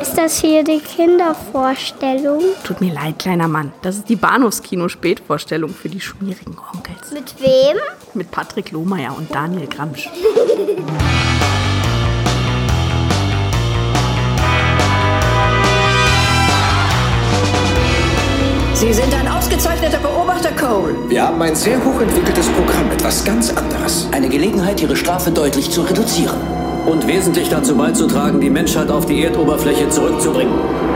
Ist das hier die Kindervorstellung? Tut mir leid, kleiner Mann. Das ist die Bahnhofskino-Spätvorstellung für die schmierigen Onkels. Mit wem? Mit Patrick Lohmeier und Daniel Gramsch. Sie sind ein ausgezeichneter Beobachter, Cole. Wir haben ein sehr hochentwickeltes Programm, etwas ganz anderes. Eine Gelegenheit, Ihre Strafe deutlich zu reduzieren. Und wesentlich dazu beizutragen, die Menschheit auf die Erdoberfläche zurückzubringen.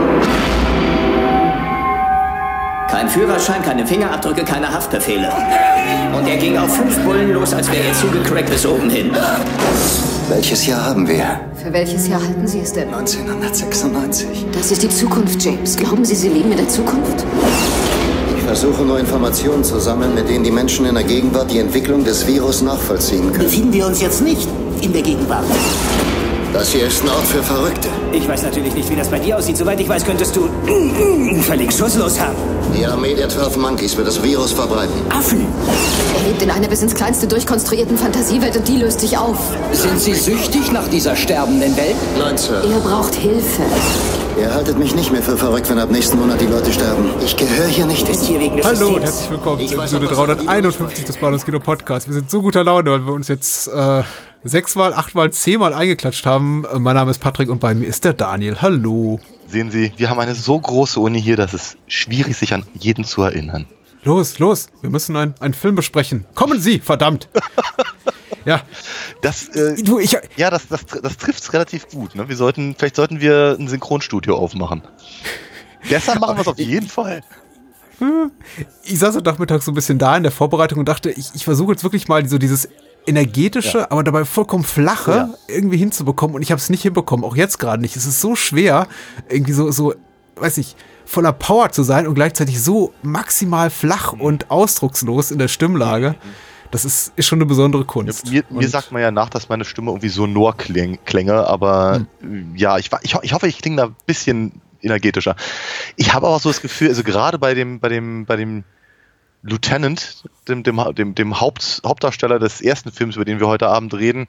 Kein Führerschein, keine Fingerabdrücke, keine Haftbefehle. Und er ging auf 5 Bullen los, als wäre er zugecrackt bis oben hin. Welches Jahr haben wir? Für welches Jahr halten Sie es denn? 1996. Das ist die Zukunft, James. Glauben Sie, Sie leben in der Zukunft? Ich versuche nur Informationen zu sammeln, mit denen die Menschen in der Gegenwart die Entwicklung des Virus nachvollziehen können. Befinden wir uns jetzt nicht in der Gegenwart? Das hier ist ein Ort für Verrückte. Ich weiß natürlich nicht, wie das bei dir aussieht. Soweit ich weiß, könntest du völlig schusslos haben. Die Armee der 12 Monkeys wird das Virus verbreiten. Affen! Er lebt in einer bis ins Kleinste durchkonstruierten Fantasiewelt und die löst sich auf. Sind Sie süchtig nach dieser sterbenden Welt? Nein, Sir. Er braucht Hilfe. Ihr haltet mich nicht mehr für verrückt, wenn ab nächsten Monat die Leute sterben. Ich gehöre hier nicht hin. Hier wegen des Hallo und Systems. herzlich willkommen zur Episode 351 des Bahnhofskino Podcasts. Wir sind so guter Laune, weil wir uns jetzt 6-mal, 8-mal, 10-mal eingeklatscht haben. Mein Name ist Patrick und bei mir ist der Daniel. Hallo. Sehen Sie, wir haben eine so große Uni hier, dass es schwierig sich an jeden zu erinnern. Los, wir müssen einen Film besprechen. Kommen Sie, verdammt. Ja. Das trifft's relativ gut. Ne? Vielleicht sollten wir ein Synchronstudio aufmachen. Deshalb machen wir es auf jeden Fall. Ich saß am Nachmittag so ein bisschen da in der Vorbereitung und dachte, ich versuche jetzt wirklich mal so dieses energetische, aber dabei vollkommen flache irgendwie hinzubekommen und ich habe es nicht hinbekommen, auch jetzt gerade nicht. Es ist so schwer, irgendwie so, weiß ich, voller Power zu sein und gleichzeitig so maximal flach und ausdruckslos in der Stimmlage. Das ist schon eine besondere Kunst. Mir sagt man ja nach, dass meine Stimme irgendwie sonor klänge, aber ja, ich hoffe, ich klinge da ein bisschen energetischer. Ich habe aber so das Gefühl, also gerade bei dem Lieutenant, dem Hauptdarsteller des ersten Films, über den wir heute Abend reden,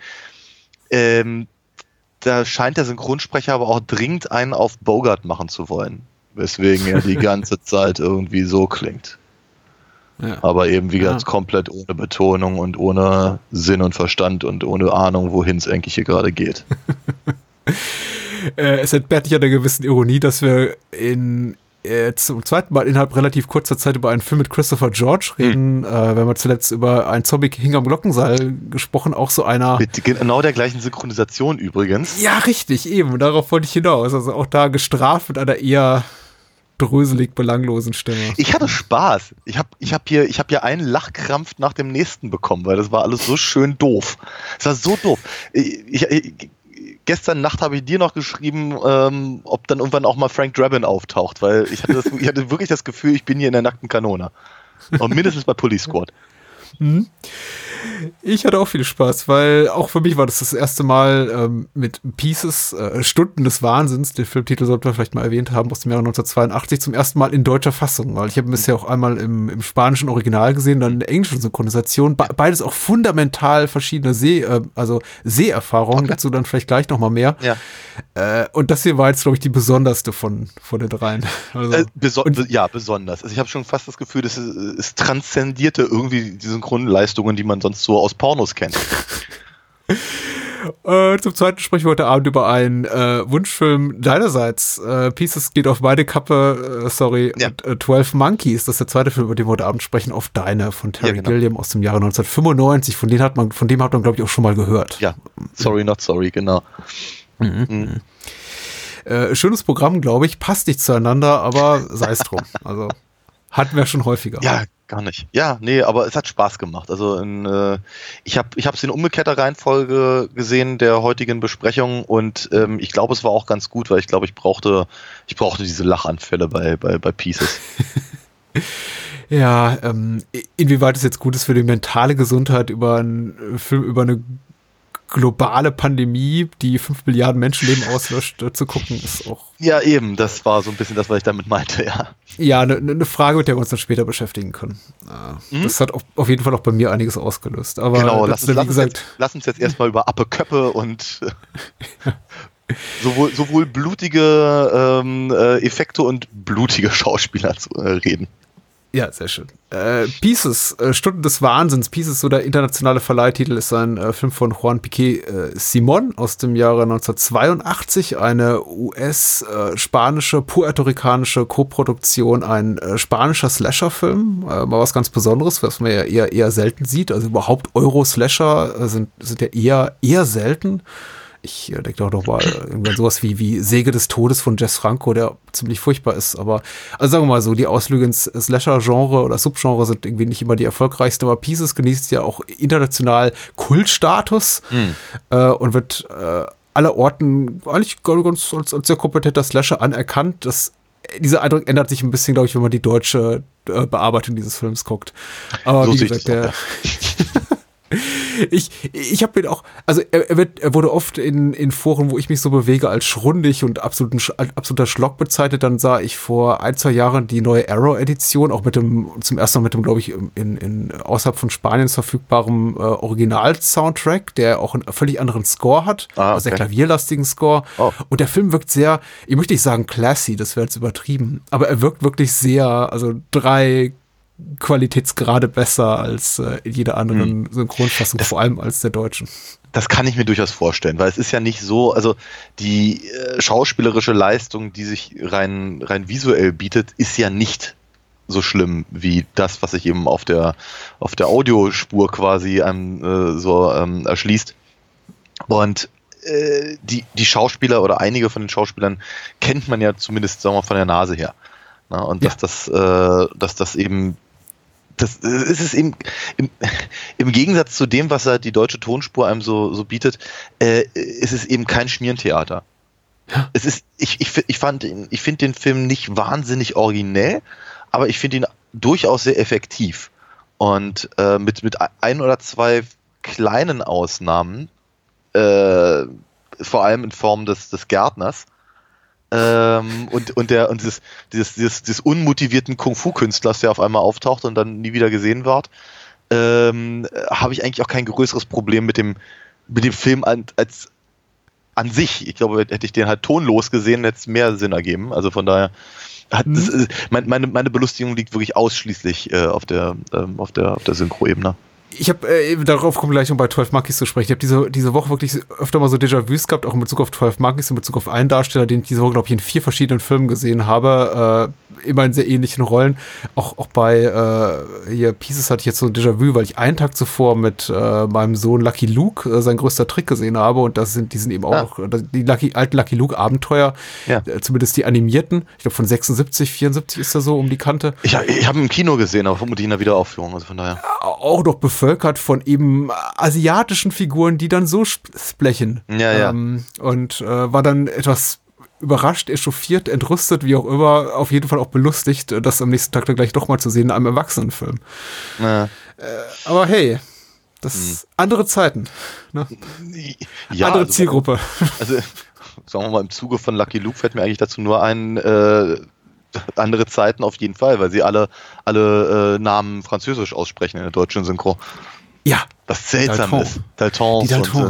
da scheint der Synchronsprecher aber auch dringend einen auf Bogart machen zu wollen, weswegen er die ganze Zeit irgendwie so klingt. Ja. Aber eben wie gesagt komplett ohne Betonung und ohne Sinn und Verstand und ohne Ahnung, wohin es eigentlich hier gerade geht. Es entbehrt nicht an der gewissen Ironie, dass wir zum zweiten Mal innerhalb relativ kurzer Zeit über einen Film mit Christopher George reden. Wir haben ja zuletzt über einen Zombie hing am Glockenseil gesprochen, auch so einer... Mit genau der gleichen Synchronisation übrigens. Ja, richtig, eben. Darauf wollte ich hinaus. Also auch da gestraft mit einer eher dröselig belanglosen Stimme. Ich hatte Spaß. Ich hab hier einen Lachkrampf nach dem nächsten bekommen, weil das war alles so schön doof. Es war so doof. Gestern Nacht habe ich dir noch geschrieben, ob dann irgendwann auch mal Frank Drabin auftaucht, weil ich hatte wirklich das Gefühl, ich bin hier in der nackten Kanone. Und mindestens bei Police Squad. Ich hatte auch viel Spaß, weil auch für mich war das erste Mal mit Pieces, Stunden des Wahnsinns, den Filmtitel sollten wir vielleicht mal erwähnt haben, aus dem Jahre 1982, zum ersten Mal in deutscher Fassung, weil ich habe ihn bisher auch einmal im spanischen Original gesehen, dann in der englischen Synchronisation, beides auch fundamental verschiedene Seherfahrungen, dazu dann vielleicht gleich nochmal mehr. Ja. Und das hier war jetzt, glaube ich, die besonderste von den dreien. Also, besonders. Also ich habe schon fast das Gefühl, es transzendierte irgendwie die Synchronleistungen, die man sonst so aus Pornos kennt. Zum Zweiten sprechen wir heute Abend über einen Wunschfilm deinerseits. Pieces geht auf meine Kappe, und 12 Monkeys, das ist der zweite Film, über den wir heute Abend sprechen, auf deine, von Terry Gilliam aus dem Jahre 1995. Von dem hat man, glaube ich, auch schon mal gehört. Ja, Sorry Not Sorry, genau. Schönes Programm, glaube ich, passt nicht zueinander, aber sei es drum. Also hatten wir schon häufiger. Ja, gar nicht. Ja, nee, aber es hat Spaß gemacht. Also ich habe es in umgekehrter Reihenfolge gesehen der heutigen Besprechung und ich glaube, es war auch ganz gut, weil ich glaube, ich brauchte diese Lachanfälle bei Pieces. Ja, inwieweit es jetzt gut ist für die mentale Gesundheit, über einen Film über eine globale Pandemie, die 5 Milliarden Menschenleben auslöscht, zu gucken, ist auch... Ja, eben, das war so ein bisschen das, was ich damit meinte, ja. Ja, eine Frage, mit der wir uns dann später beschäftigen können. Das hat auf jeden Fall auch bei mir einiges ausgelöst. Aber genau, lass uns jetzt erstmal über Appe Köppe und sowohl blutige Effekte und blutige Schauspieler zu reden. Ja, sehr schön. Pieces, Stunden des Wahnsinns. Pieces, so der internationale Verleihtitel, ist ein Film von Juan Piquet Simón aus dem Jahre 1982. Eine US-spanische, puerto-ricanische Koproduktion, ein spanischer Slasher-Film. Mal was ganz Besonderes, was man ja eher selten sieht. Also überhaupt Euro-Slasher sind ja eher selten. Ich denke doch noch mal irgendwann sowas wie Säge des Todes von Jess Franco, der ziemlich furchtbar ist. Aber, also sagen wir mal so, die Ausflüge ins Slasher-Genre oder Subgenre sind irgendwie nicht immer die erfolgreichsten. Aber Pieces genießt ja auch international Kultstatus und wird allerorten eigentlich ganz als sehr kompetenter Slasher anerkannt. Dieser Eindruck ändert sich ein bisschen, glaube ich, wenn man die deutsche Bearbeitung dieses Films guckt. Aber so wie gesagt, Ich habe ihn auch, also er wurde oft in Foren, wo ich mich so bewege, als schrundig und absoluter Schlock bezeichnet. Dann sah ich vor 1-2 Jahren die neue Arrow-Edition, auch zum ersten Mal mit dem, glaube ich, in außerhalb von Spanien verfügbarem Original-Soundtrack, der auch einen völlig anderen Score hat, also sehr klavierlastigen Score. Oh. Und der Film wirkt sehr, ich möchte nicht sagen classy, das wäre jetzt übertrieben, aber er wirkt wirklich sehr, also 3 Qualitätsgrade besser als jede anderen Synchronfassung, vor allem als der deutschen. Das kann ich mir durchaus vorstellen, weil es ist ja nicht so, also die schauspielerische Leistung, die sich rein visuell bietet, ist ja nicht so schlimm wie das, was sich eben auf der Audiospur quasi erschließt. Und die Schauspieler oder einige von den Schauspielern kennt man ja zumindest, sagen wir mal, von der Nase her. Na, und dass das eben, das ist es eben im Gegensatz zu dem, was halt die deutsche Tonspur einem so bietet, ist es eben kein Schmierentheater. Ja. Es ist, ich finde den Film nicht wahnsinnig originell, aber ich finde ihn durchaus sehr effektiv. Und mit 1 oder 2 kleinen Ausnahmen, vor allem in Form des Gärtners, und dieses unmotivierten Kung-Fu-Künstlers, der auf einmal auftaucht und dann nie wieder gesehen wird, habe ich eigentlich auch kein größeres Problem mit dem Film an sich. Ich glaube, hätte ich den halt tonlos gesehen, hätte es mehr Sinn ergeben. Also von daher meine Belustigung liegt wirklich ausschließlich auf der Synchro-Ebene. Ich habe darauf kommen wir gleich, um bei 12 Monkeys zu sprechen. Ich habe diese Woche wirklich öfter mal so Déjà-vus gehabt, auch in Bezug auf 12 Monkeys, in Bezug auf einen Darsteller, den ich diese Woche, glaube ich, in 4 verschiedenen Filmen gesehen habe, immer in sehr ähnlichen Rollen. Auch bei hier Pieces hatte ich jetzt so ein Déjà-vu, weil ich einen Tag zuvor mit meinem Sohn Lucky Luke sein größter Trick gesehen habe, und die sind eben auch die alten Lucky Luke Abenteuer, zumindest die animierten. Ich glaube von 76, 74 ist er so um die Kante. Ich habe ihn im Kino gesehen, aber vermutlich in der Wiederaufführung, also von daher. Auch noch bevölkert von eben asiatischen Figuren, die dann so sprechen. Ja. Und war dann etwas überrascht, echauffiert, entrüstet, wie auch immer, auf jeden Fall auch belustigt, das am nächsten Tag dann gleich doch mal zu sehen in einem Erwachsenenfilm. Ja. Aber hey, das andere Zeiten. Ne? Ja, andere Zielgruppe. Also, sagen wir mal, im Zuge von Lucky Luke fällt mir eigentlich dazu nur ein, andere Zeiten auf jeden Fall, weil sie alle Namen französisch aussprechen in der deutschen Synchro. Ja. Was seltsam ist. Daltons.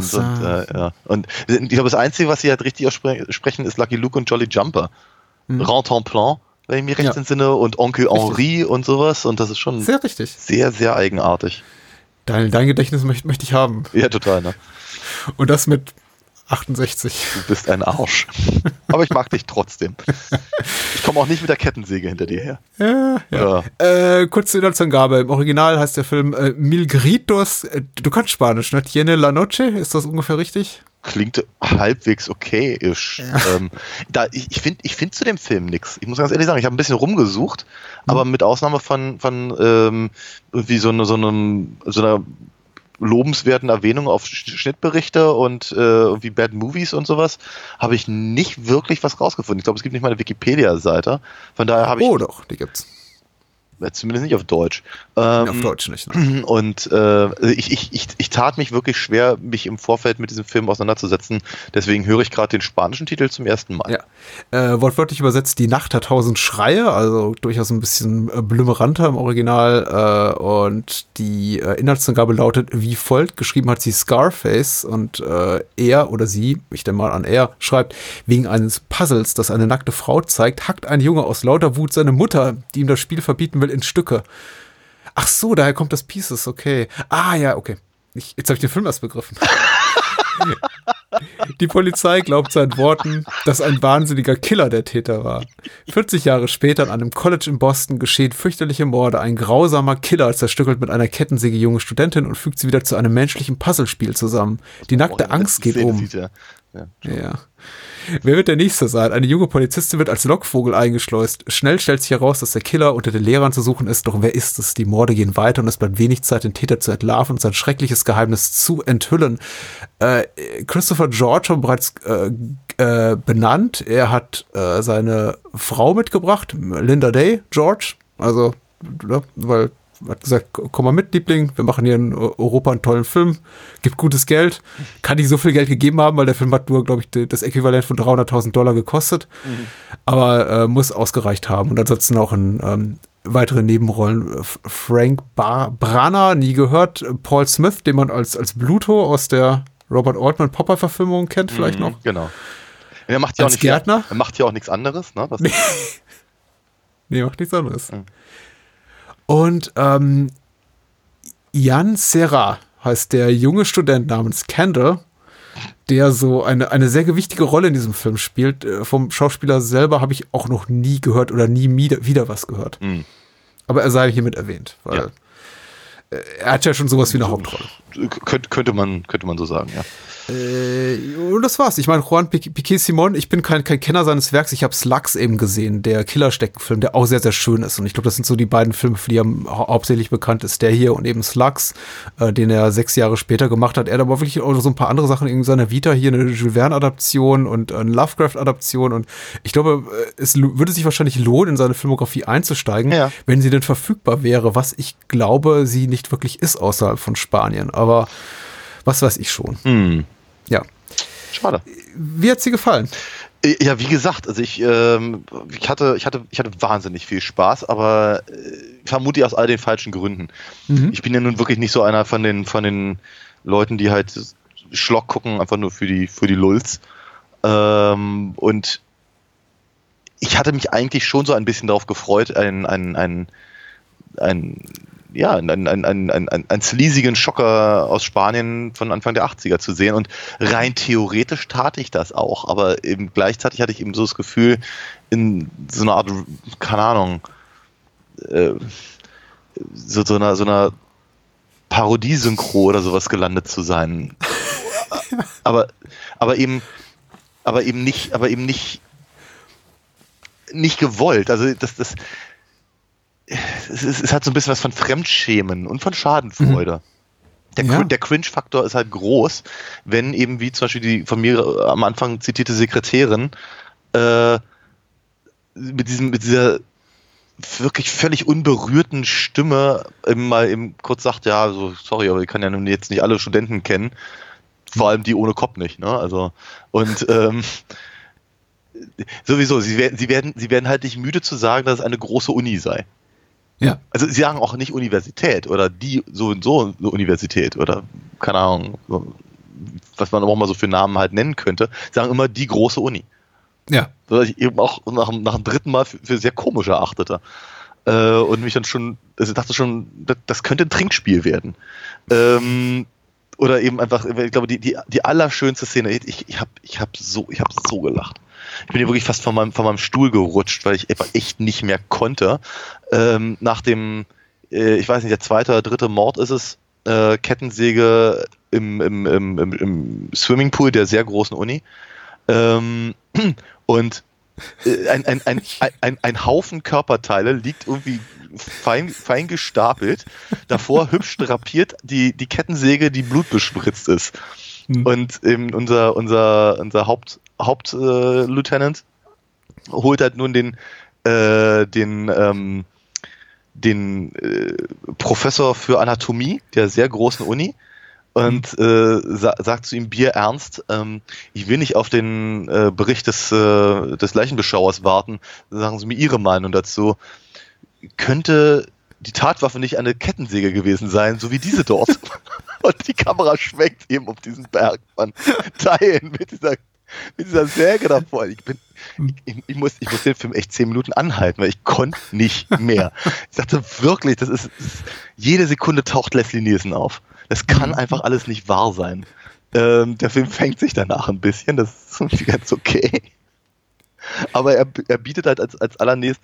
Und ich glaube, das Einzige, was sie halt richtig aussprechen, ist Lucky Luke und Jolly Jumper. Rantanplan, wenn ich mich recht entsinne, und Onkel Henri und sowas. Und das ist schon sehr richtig. Sehr, sehr eigenartig. Dein Gedächtnis möchte ich haben. Ja, total, ne? Und das mit 68. Du bist ein Arsch. Aber ich mag dich trotzdem. Ich komme auch nicht mit der Kettensäge hinter dir her. Ja. Kurze Inhaltsangabe. Im Original heißt der Film Mil Gritos. Du kannst Spanisch, ne? Tiene la noche? Ist das ungefähr richtig? Klingt halbwegs okay-isch. Ja. Ich finde zu dem Film nichts. Ich muss ganz ehrlich sagen, ich habe ein bisschen rumgesucht, aber mit Ausnahme von irgendwie so einer lobenswerten Erwähnung auf Schnittberichte und irgendwie Bad Movies und sowas, habe ich nicht wirklich was rausgefunden. Ich glaube, es gibt nicht mal eine Wikipedia-Seite. Von daher habe ich... Oh doch, die gibt's. Zumindest nicht auf Deutsch. Auf Deutsch nicht. Ne? Und ich tat mich wirklich schwer, mich im Vorfeld mit diesem Film auseinanderzusetzen. Deswegen höre ich gerade den spanischen Titel zum ersten Mal. Ja. Wortwörtlich übersetzt Die Nacht hat 1000 Schreie, also durchaus ein bisschen blümeranter im Original. Und die Inhaltsangabe lautet wie folgt. Geschrieben hat sie Scarface und er oder sie, ich denke mal an er, schreibt, wegen eines Puzzles, das eine nackte Frau zeigt, hackt ein Junge aus lauter Wut seine Mutter, die ihm das Spiel verbieten will, in Stücke. Ach so, daher kommt das Pieces, okay. Ah ja, okay. Jetzt habe ich den Film erst begriffen. Die Polizei glaubt seinen Worten, dass ein wahnsinniger Killer der Täter war. 40 Jahre später an einem College in Boston geschehen fürchterliche Morde. Ein grausamer Killer zerstückelt mit einer Kettensäge junge Studentin und fügt sie wieder zu einem menschlichen Puzzlespiel zusammen. Die nackte Angst geht um. Ja. Wer wird der Nächste sein? Eine junge Polizistin wird als Lockvogel eingeschleust. Schnell stellt sich heraus, dass der Killer unter den Lehrern zu suchen ist. Doch wer ist es? Die Morde gehen weiter und es bleibt wenig Zeit, den Täter zu entlarven und sein schreckliches Geheimnis zu enthüllen. Christopher George haben wir bereits benannt. Er hat seine Frau mitgebracht, Linda Day George. Also, weil hat gesagt, komm mal mit, Liebling, wir machen hier in Europa einen tollen Film, gibt gutes Geld, kann nicht so viel Geld gegeben haben, weil der Film hat nur, glaube ich, das Äquivalent von $300.000 gekostet, aber muss ausgereicht haben. Und ansonsten auch in weitere Nebenrollen Frank Brana, nie gehört, Paul Smith, den man als Bluto aus der Robert Altman-Popper-Verfilmung kennt, vielleicht noch. Genau. Er macht ja auch nicht Gärtner. Er macht ja auch nichts anderes, ne? Nee, macht nichts anderes. Und Jan Serra heißt der junge Student namens Kendall, der so eine sehr gewichtige Rolle in diesem Film spielt. Vom Schauspieler selber habe ich auch noch nie gehört oder nie wieder was gehört. Aber er sei hiermit erwähnt, weil er hat ja schon sowas wie eine Hauptrolle. Könnte man so sagen, ja. Und das war's. Ich meine, Juan Piqué Simón, ich bin kein Kenner seines Werks. Ich habe Slugs eben gesehen, der Killersteckenfilm, der auch sehr, sehr schön ist. Und ich glaube, das sind so die beiden Filme, für die er hauptsächlich bekannt ist. Der hier und eben Slugs, den er 6 Jahre später gemacht hat. Er hat aber wirklich auch so ein paar andere Sachen in seiner Vita. Hier eine Jules Verne-Adaption und eine Lovecraft-Adaption. Und ich glaube, es würde sich wahrscheinlich lohnen, in seine Filmografie einzusteigen, wenn sie denn verfügbar wäre, was ich glaube, sie nicht wirklich ist außerhalb von Spanien. Aber was weiß ich schon. Ja. Schade. Wie hat sie gefallen? Ja, wie gesagt, also ich hatte wahnsinnig viel Spaß, aber vermutlich aus all den falschen Gründen. Ich bin ja nun wirklich nicht so einer von den Leuten, die halt Schlock gucken, einfach nur für die Lulz. Und ich hatte mich eigentlich schon so ein bisschen darauf gefreut, einen sleasigen Schocker aus Spanien von Anfang der 80er zu sehen, und rein theoretisch tat ich das auch, aber eben gleichzeitig hatte ich eben so das Gefühl, in so einer Art, keine Ahnung, so einer Parodie-Synchro oder sowas gelandet zu sein. aber eben nicht gewollt. Also es hat so ein bisschen was von Fremdschämen und von Schadenfreude. Der Cringe-Faktor ist halt groß, wenn eben, wie zum Beispiel die von mir am Anfang zitierte Sekretärin, mit dieser wirklich völlig unberührten Stimme mal eben kurz sagt, ja, so, sorry, aber ich kann ja nun jetzt nicht alle Studenten kennen, vor allem die ohne Kopf nicht, ne? Also, und sowieso, sie werden halt nicht müde zu sagen, dass es eine große Uni sei. Ja. Also sie sagen auch nicht Universität oder die so und so Universität oder keine Ahnung, was man auch mal so für Namen halt nennen könnte, sagen immer die große Uni. Ja. Was ich eben auch nach dem dritten Mal für sehr komisch erachtete. Und mich dann schon, also ich dachte schon, das könnte ein Trinkspiel werden. Oder eben einfach, ich glaube, die allerschönste Szene, ich hab so gelacht. Ich bin hier wirklich fast von meinem Stuhl gerutscht, weil ich einfach echt nicht mehr konnte. Nach dem, ich weiß nicht, der 2. oder 3. Mord ist es, Kettensäge im Swimmingpool der sehr großen Uni. Und ein Haufen Körperteile liegt irgendwie fein gestapelt, davor hübsch drapiert die Kettensäge, die blutbespritzt ist. Und eben unser Hauptlieutenant holt halt nun den den Professor für Anatomie der sehr großen Uni und sagt zu ihm bierernst, ich will nicht auf den Bericht des Leichenbeschauers warten, sagen Sie mir Ihre Meinung dazu. Könnte die Tatwaffe nicht eine Kettensäge gewesen sein, so wie diese dort? Und die Kamera schwenkt eben auf diesen Berg von Teilen mit dieser Säge davor. Ich muss den Film echt 10 Minuten anhalten, weil ich konnte nicht mehr. Ich dachte wirklich, jede Sekunde taucht Leslie Nielsen auf. Das kann einfach alles nicht wahr sein. Der Film fängt sich danach ein bisschen, das ist irgendwie ganz okay. Aber er bietet halt als allernächst,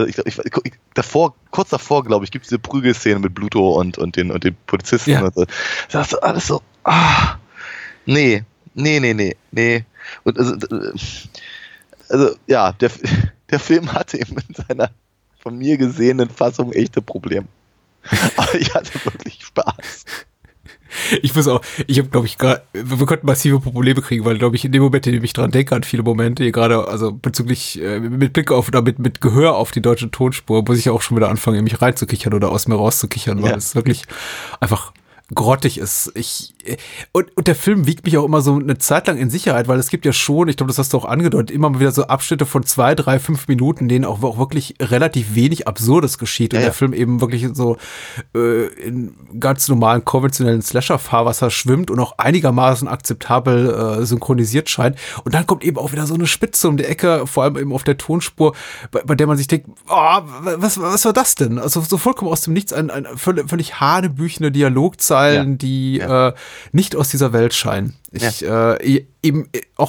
kurz davor, glaube ich, gibt es diese Prügelszene mit Bluto und den Polizisten. Ja. Und so. Das ist alles so, nee. Und also ja, der Film hatte eben in seiner von mir gesehenen Fassung echte Probleme. Aber ich hatte wirklich Spaß. Ich habe, glaube ich, wir könnten massive Probleme kriegen, weil, glaube ich, in dem Moment, in dem ich dran denke, an viele Momente, gerade, also bezüglich, mit Blick auf, oder mit Gehör auf die deutsche Tonspur, muss ich ja auch schon wieder anfangen, mich reinzukichern oder aus mir rauszukichern, weil es wirklich einfach grottig ist. Und der Film wiegt mich auch immer so eine Zeit lang in Sicherheit, weil es gibt ja schon, ich glaube, das hast du auch angedeutet, immer mal wieder so Abschnitte von 2, 3, 5 Minuten, denen auch wirklich relativ wenig Absurdes geschieht und der Film eben wirklich so in ganz normalen, konventionellen Slasher-Fahrwasser schwimmt und auch einigermaßen akzeptabel synchronisiert scheint. Und dann kommt eben auch wieder so eine Spitze um die Ecke, vor allem eben auf der Tonspur, bei der man sich denkt, was war das denn? Also so vollkommen aus dem Nichts, ein völlig hanebüchene Dialogzeilen, die nicht aus dieser Welt scheinen. Eben auch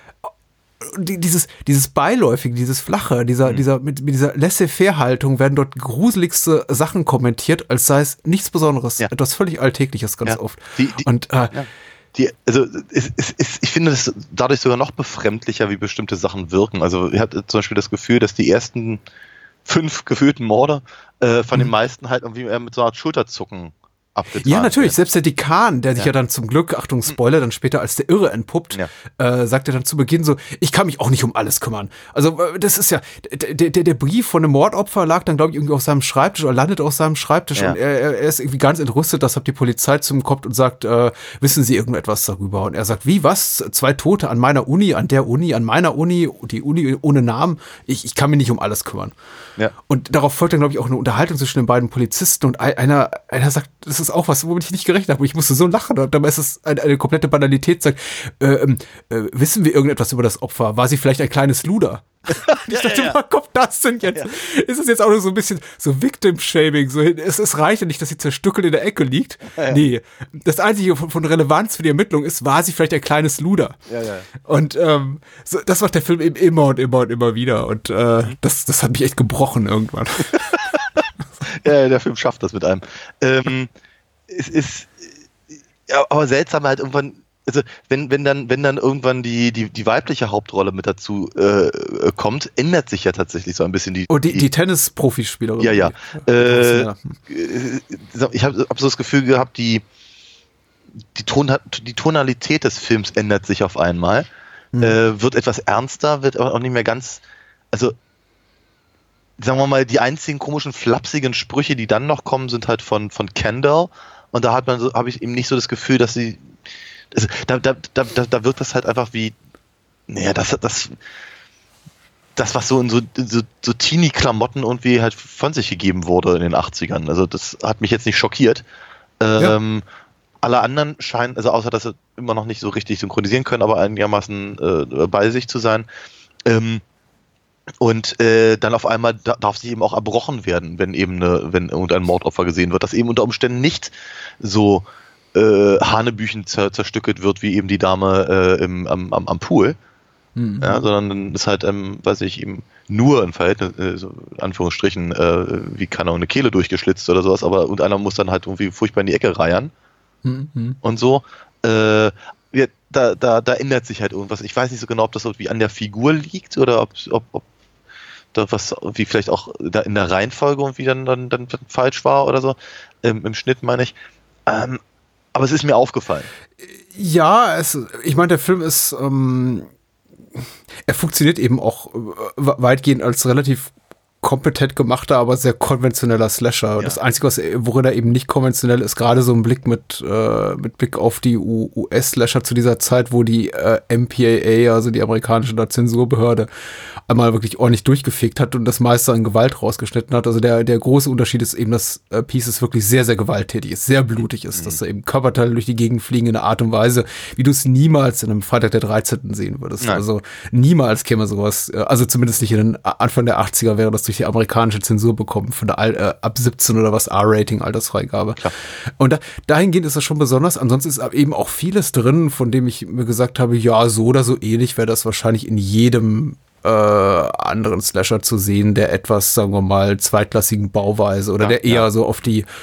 dieses Beiläufige, dieses Flache, mit dieser Laissez-faire-Haltung werden dort gruseligste Sachen kommentiert, als sei es nichts Besonderes. Etwas völlig Alltägliches ganz oft. Ich finde es dadurch sogar noch befremdlicher, wie bestimmte Sachen wirken. Also ich hatte zum Beispiel das Gefühl, dass die ersten 5 gefühlten Morde von den meisten halt irgendwie mit so einer Art Schulterzucken abgetragen. Ja, natürlich. Selbst der Dekan, der sich ja dann zum Glück, Achtung, Spoiler, dann später als der Irre entpuppt, sagt er dann zu Beginn so, ich kann mich auch nicht um alles kümmern. Also das ist ja, der Brief von einem Mordopfer lag dann, glaube ich, irgendwie auf seinem Schreibtisch oder landet auf seinem Schreibtisch und er ist irgendwie ganz entrüstet, dass die Polizei zu ihm kommt und sagt, wissen Sie irgendetwas darüber? Und er sagt, wie, was? 2 Tote an meiner Uni, an der Uni, an meiner Uni, die Uni ohne Namen? Ich kann mich nicht um alles kümmern. Ja. Und darauf folgt dann, glaube ich, auch eine Unterhaltung zwischen den beiden Polizisten und einer sagt, das ist auch was, womit ich nicht gerechnet habe. Ich musste so lachen. Und dabei ist es eine komplette Banalität. Sagt, wissen wir irgendetwas über das Opfer? War sie vielleicht ein kleines Luder? Ich dachte, was kommt das denn jetzt? Ja. Ist es jetzt auch noch so ein bisschen so Victim-Shaming? So, es reicht ja nicht, dass sie zerstückelt in der Ecke liegt. Ja. Nee, das Einzige von Relevanz für die Ermittlung ist, war sie vielleicht ein kleines Luder? Ja. Und das macht der Film eben immer und immer und immer wieder. Und das hat mich echt gebrochen irgendwann. Ja, der Film schafft das mit einem. Es ist aber seltsam halt irgendwann, also wenn dann irgendwann die weibliche Hauptrolle mit dazu kommt, ändert sich ja tatsächlich so ein bisschen die Tennis-Profispielerin. Ja. Ich habe so das Gefühl gehabt, die Tonalität des Films ändert sich auf einmal, wird etwas ernster, wird aber auch nicht mehr ganz, also sagen wir mal, die einzigen komischen, flapsigen Sprüche, die dann noch kommen, sind halt von Kendall. Und da habe ich eben nicht so das Gefühl, dass sie, also, da wirkt das halt einfach wie, naja, das was so in so Teenie-Klamotten irgendwie halt von sich gegeben wurde in den 80ern. Also das hat mich jetzt nicht schockiert. Alle anderen scheinen, also außer dass sie immer noch nicht so richtig synchronisieren können, aber einigermaßen bei sich zu sein. Und dann auf einmal darf sie eben auch erbrochen werden, wenn irgendein Mordopfer gesehen wird, dass eben unter Umständen nicht so hanebüchen zerstückelt wird, wie eben die Dame am Pool, sondern dann ist halt, eben nur ein Verhältnis, so in Anführungsstrichen, wie kann auch eine Kehle durchgeschlitzt oder sowas, aber und einer muss dann halt irgendwie furchtbar in die Ecke reiern und so. Da ändert sich halt irgendwas. Ich weiß nicht so genau, ob das irgendwie an der Figur liegt oder ob da was wie vielleicht auch da in der Reihenfolge irgendwie dann falsch war oder so. Im Schnitt meine ich. Aber es ist mir aufgefallen. Ja, ich meine, der Film ist, er funktioniert eben auch weitgehend als relativ kompetent gemachter, aber sehr konventioneller Slasher. Ja. Das Einzige, worin er eben nicht konventionell ist, gerade so ein Blick mit Blick auf die US-Slasher zu dieser Zeit, wo die MPAA, also die amerikanische Zensurbehörde, einmal wirklich ordentlich durchgefegt hat und das meiste an Gewalt rausgeschnitten hat. Also der große Unterschied ist eben, dass Pieces wirklich sehr, sehr gewalttätig ist, sehr blutig ist, dass da eben Körperteile durch die Gegend fliegen in einer Art und Weise, wie du es niemals in einem Freitag der 13. sehen würdest. Nein. Also niemals käme sowas, also zumindest nicht in den Anfang der 80er wäre das durch die amerikanische Zensur bekommen, von der ab 17 oder was R-Rating, Altersfreigabe. Klar. Und dahingehend ist das schon besonders. Ansonsten ist eben auch vieles drin, von dem ich mir gesagt habe, ja, so oder so ähnlich wäre das wahrscheinlich in jedem anderen Slasher zu sehen, der etwas, sagen wir mal, zweitklassigen Bauweise oder der eher so auf die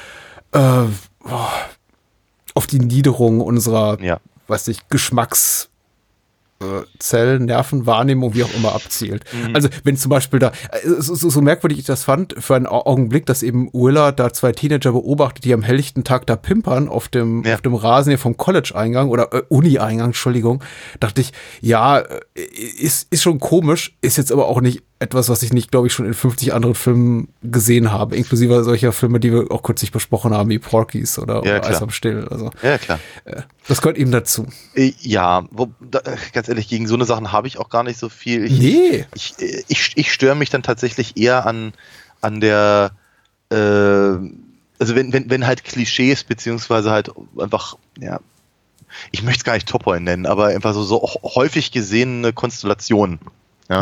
Niederung unserer, weiß nicht, Geschmackszellen, Nervenwahrnehmung, wie auch immer, abzielt. Also wenn zum Beispiel da, so merkwürdig ich das fand, für einen Augenblick, dass eben Willer da 2 Teenager beobachtet, die am helllichten Tag da pimpern auf dem Rasen hier vom College-Eingang oder Uni-Eingang, Entschuldigung, dachte ich, ja, ist schon komisch, ist jetzt aber auch nicht etwas, was ich nicht, glaube ich, schon in 50 anderen Filmen gesehen habe, inklusive solcher Filme, die wir auch kürzlich besprochen haben, wie Porky's oder Eis am Still. Also, ja, klar. Das gehört eben dazu. Ja, ganz ehrlich, gegen so eine Sachen habe ich auch gar nicht so viel. Ich störe mich dann tatsächlich eher an der, also wenn halt Klischees, beziehungsweise halt einfach, ja, ich möchte es gar nicht Topoi nennen, aber einfach so häufig gesehene Konstellationen, ja,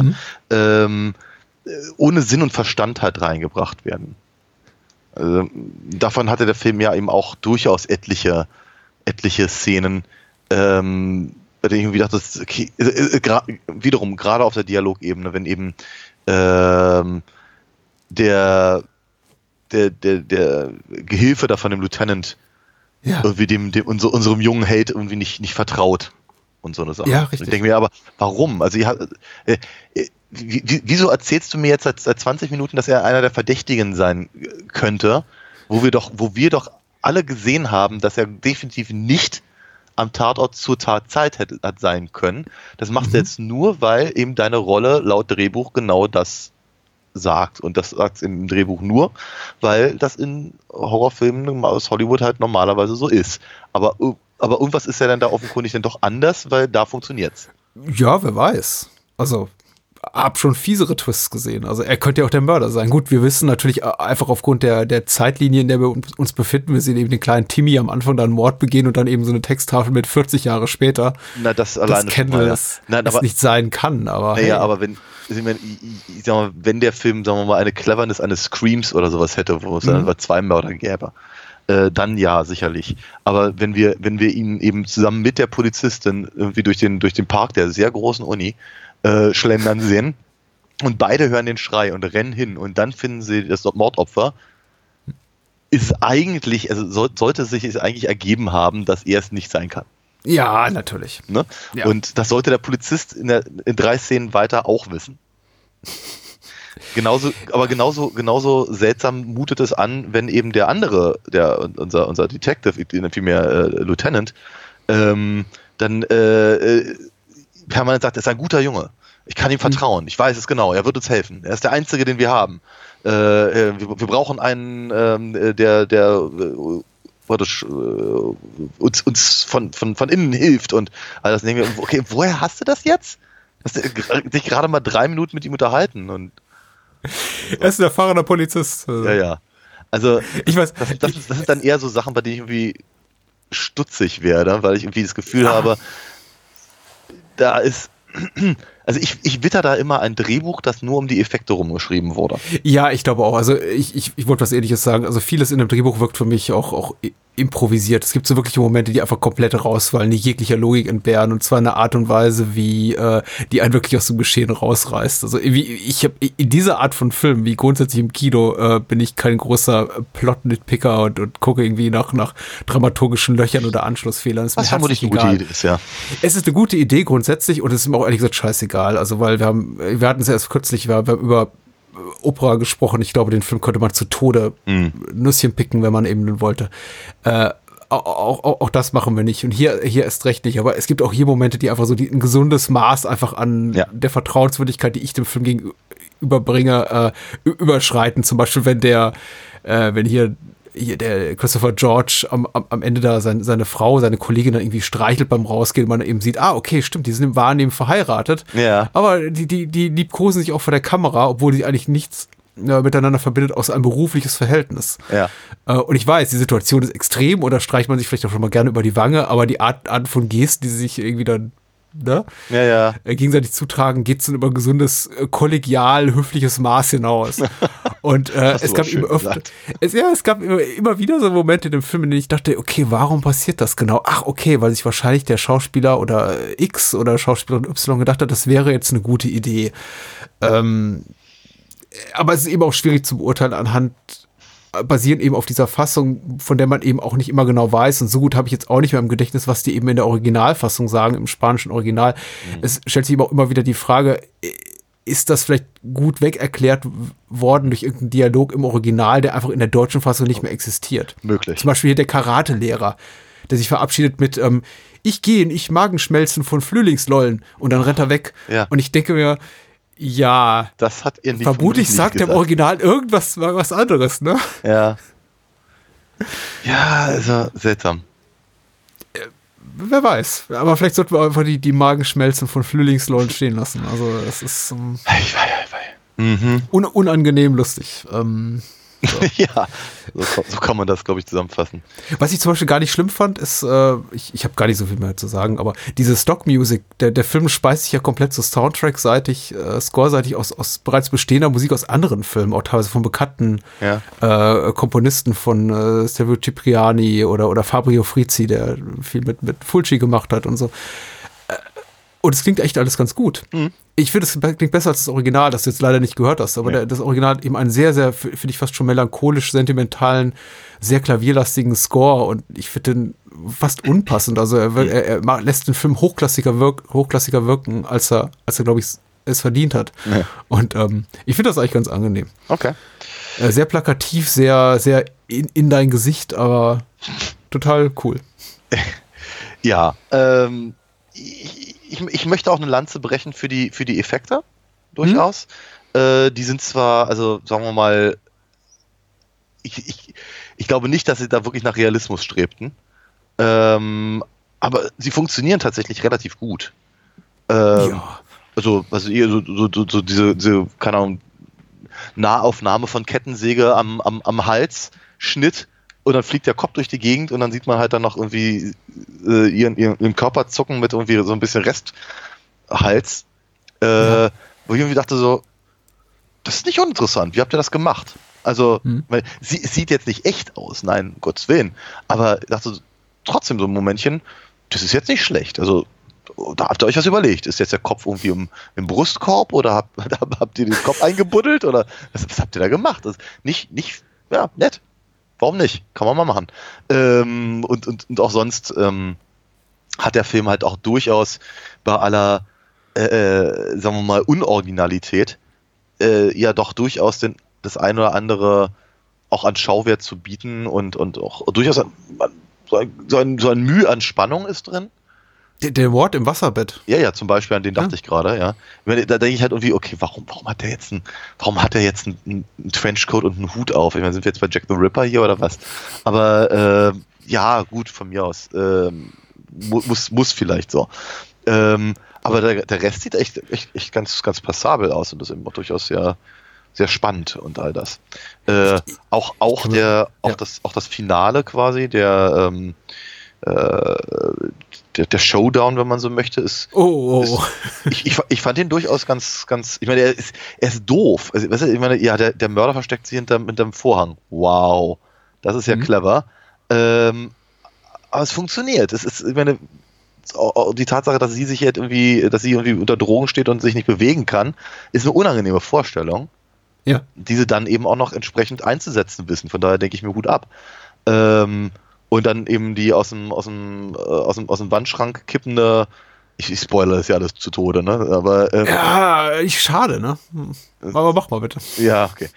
ohne Sinn und Verstand halt reingebracht werden. Also, davon hatte der Film ja eben auch durchaus etliche Szenen, bei denen ich irgendwie dachte, okay, wiederum, gerade auf der Dialogebene, wenn eben der Gehilfe da von dem Lieutenant irgendwie unserem jungen Held irgendwie nicht vertraut und so eine Sache. Ja, richtig. Ich denke mir aber, warum? Also wieso erzählst du mir jetzt seit 20 Minuten, dass er einer der Verdächtigen sein könnte, wo wir doch alle gesehen haben, dass er definitiv nicht am Tatort zur Tatzeit hat sein können. Das macht er jetzt nur, weil eben deine Rolle laut Drehbuch genau das sagt. Und das sagt es im Drehbuch nur, weil das in Horrorfilmen aus Hollywood halt normalerweise so ist. Aber irgendwas ist ja dann da offenkundig dann doch anders, weil da funktioniert's. Ja, wer weiß. Also hab schon fiesere Twists gesehen. Also er könnte ja auch der Mörder sein. Gut, wir wissen natürlich einfach aufgrund der Zeitlinie, in der wir uns befinden, wir sehen eben den kleinen Timmy am Anfang da einen Mord begehen und dann eben so eine Texttafel mit 40 Jahre später. Na, das alleine kennen wir, das nicht sein kann. Aber naja, aber ich sag mal, wenn der Film, sagen wir mal, eine Cleverness eines Screams oder sowas hätte, wo es dann 2 Mörder gäbe, dann ja, sicherlich. Aber wenn wir ihn eben zusammen mit der Polizistin irgendwie durch den Park der sehr großen Uni schlendern sehen und beide hören den Schrei und rennen hin und dann finden sie das Mordopfer, ist eigentlich, also sollte sich es eigentlich ergeben haben, dass er es nicht sein kann. Ja, natürlich. Ne? Ja. Und das sollte der Polizist in 3 Szenen weiter auch wissen. Genauso seltsam mutet es an, wenn eben der andere, unser Detective, vielmehr Lieutenant, dann permanent sagt, er ist ein guter Junge. Ich kann ihm vertrauen. Ich weiß es genau. Er wird uns helfen. Er ist der Einzige, den wir haben. Wir brauchen einen, der uns von innen hilft und all das. Okay, woher hast du das jetzt? Hast du dich gerade mal 3 Minuten mit ihm unterhalten? Und er ist ein erfahrener Polizist. Ja. Also, ich weiß, das sind dann eher so Sachen, bei denen ich irgendwie stutzig werde, weil ich irgendwie das Gefühl habe, da ist, also ich witter da immer ein Drehbuch, das nur um die Effekte rumgeschrieben wurde. Ja, ich glaube auch. Also ich wollte was Ähnliches sagen. Also vieles in dem Drehbuch wirkt für mich auch improvisiert. Es gibt so wirkliche Momente, die einfach komplett rausfallen, die jeglicher Logik entbehren und zwar in einer Art und Weise, wie die einen wirklich aus dem Geschehen rausreißt. Also ich habe in dieser Art von Film, wie grundsätzlich im Kino, bin ich kein großer Plot-Nitpicker und gucke irgendwie nach dramaturgischen Löchern oder Anschlussfehlern. Was vermutlich eine gute Idee ist, ja. Es ist eine gute Idee grundsätzlich und es ist mir auch ehrlich gesagt scheißegal. Also weil wir hatten es erst kürzlich, wir haben über Opera gesprochen. Ich glaube, den Film könnte man zu Tode Nüsschen picken, wenn man eben wollte. Auch das machen wir nicht. Und hier erst recht nicht. Aber es gibt auch hier Momente, die einfach so ein gesundes Maß einfach an der Vertrauenswürdigkeit, die ich dem Film überbringe, überschreiten. Zum Beispiel, wenn wenn hier der Christopher George am Ende da seine Frau, seine Kollegin dann irgendwie streichelt beim Rausgehen und man eben sieht, okay, stimmt, die sind im Wahrnehmen verheiratet. Ja. Aber die liebkosen sich auch vor der Kamera, obwohl die eigentlich nichts miteinander verbindet, außer ein berufliches Verhältnis. Ja. Und ich weiß, die Situation ist extrem oder streicht man sich vielleicht auch schon mal gerne über die Wange, aber die Art von Gesten, die sie sich irgendwie dann gegenseitig zutragen, geht so über ein gesundes, kollegial, höfliches Maß hinaus. Und es gab immer wieder so Momente in dem Film, in denen ich dachte, okay, warum passiert das genau? Ach, okay, weil sich wahrscheinlich der Schauspieler oder X oder Schauspielerin Y gedacht hat, das wäre jetzt eine gute Idee. Aber es ist eben auch schwierig zu beurteilen basierend eben auf dieser Fassung, von der man eben auch nicht immer genau weiß. Und so gut habe ich jetzt auch nicht mehr im Gedächtnis, was die eben in der Originalfassung sagen, im spanischen Original. Es stellt sich eben auch immer wieder die Frage, ist das vielleicht gut wegerklärt worden durch irgendeinen Dialog im Original, der einfach in der deutschen Fassung nicht mehr existiert? Möglich. Zum Beispiel hier der Karate-Lehrer, der sich verabschiedet mit ich gehe nicht Magenschmelzen von Frühlingslollen und dann rennt er weg. Ja. Und ich denke mir, ja, das hat ihr nicht vermutlich sagt der im Original irgendwas was anderes, ne? Ja. Ja, also seltsam. Wer weiß. Aber vielleicht sollten wir einfach die Magenschmelzen von Frühlingslollen stehen lassen. Also es ist unangenehm lustig. So. Ja, so kann man das, glaube ich, zusammenfassen. Was ich zum Beispiel gar nicht schlimm fand, ist, ich habe gar nicht so viel mehr zu sagen, aber diese Stock-Music, der Film speist sich ja komplett so Soundtrack-seitig, Score-seitig aus bereits bestehender Musik aus anderen Filmen, auch teilweise von bekannten Komponisten von Sergio Cipriani oder Fabio Frizzi, der viel mit Fulci gemacht hat und so. Und es klingt echt alles ganz gut. Mhm. Ich finde, es klingt besser als das Original, das du jetzt leider nicht gehört hast. Aber das Original hat eben einen sehr, sehr, finde ich, fast schon melancholisch, sentimentalen, sehr klavierlastigen Score. Und ich finde den fast unpassend. Also er lässt den Film hochklassiger wirken, als er glaube ich, es verdient hat. Ja. Und ich finde das eigentlich ganz angenehm. Okay. Sehr plakativ, sehr, sehr in dein Gesicht, aber total cool. Ja, ich möchte auch eine Lanze brechen für die Effekte, durchaus. Die sind zwar, also sagen wir mal, ich glaube nicht, dass sie da wirklich nach Realismus strebten, aber sie funktionieren tatsächlich relativ gut. Also so diese, keine Ahnung, Nahaufnahme von Kettensäge am Hals, Schnitt, und dann fliegt der Kopf durch die Gegend und dann sieht man halt dann noch irgendwie ihren Körper zucken mit irgendwie so ein bisschen Resthals. Wo ich irgendwie dachte so, das ist nicht uninteressant, wie habt ihr das gemacht? Also, weil sie sieht jetzt nicht echt aus, nein, um Gottes Willen, aber ich dachte trotzdem so ein Momentchen, das ist jetzt nicht schlecht. Also, da habt ihr euch was überlegt. Ist jetzt der Kopf irgendwie im Brustkorb oder habt ihr den Kopf eingebuddelt oder was habt ihr da gemacht? Das nicht, nett. Warum nicht? Kann man mal machen. Und auch sonst hat der Film halt auch durchaus bei aller, sagen wir mal, Unoriginalität ja doch durchaus das ein oder andere auch an Schauwert zu bieten und auch durchaus so ein Mühe an Spannung ist drin. Der Mord im Wasserbett. Ja, zum Beispiel, an den dachte ich gerade, ja. Da denke ich halt irgendwie, okay, warum hat der jetzt einen Trenchcoat und einen Hut auf? Ich meine, sind wir jetzt bei Jack the Ripper hier oder was? Aber ja, gut, von mir aus. Muss vielleicht so. Aber der Rest sieht echt ganz, ganz passabel aus und das ist immer durchaus sehr, sehr spannend und all das. Auch das Finale quasi, der Showdown, wenn man so möchte, ist. Ich fand den durchaus ganz, ganz. Ich meine, er ist doof. Also, weißt du, ich meine, ja, der Mörder versteckt sich hinterm Vorhang. Wow, das ist ja clever. Aber es funktioniert. Es ist, ich meine, die Tatsache, dass sie irgendwie unter Drogen steht und sich nicht bewegen kann, ist eine unangenehme Vorstellung. Ja. Die sie dann eben auch noch entsprechend einzusetzen wissen. Von daher denke ich mir gut ab. Und dann eben die aus dem Wandschrank kippende, ich spoilere das ja alles zu Tode, ne? Aber schade, ne? Aber mach mal bitte. Ja, okay.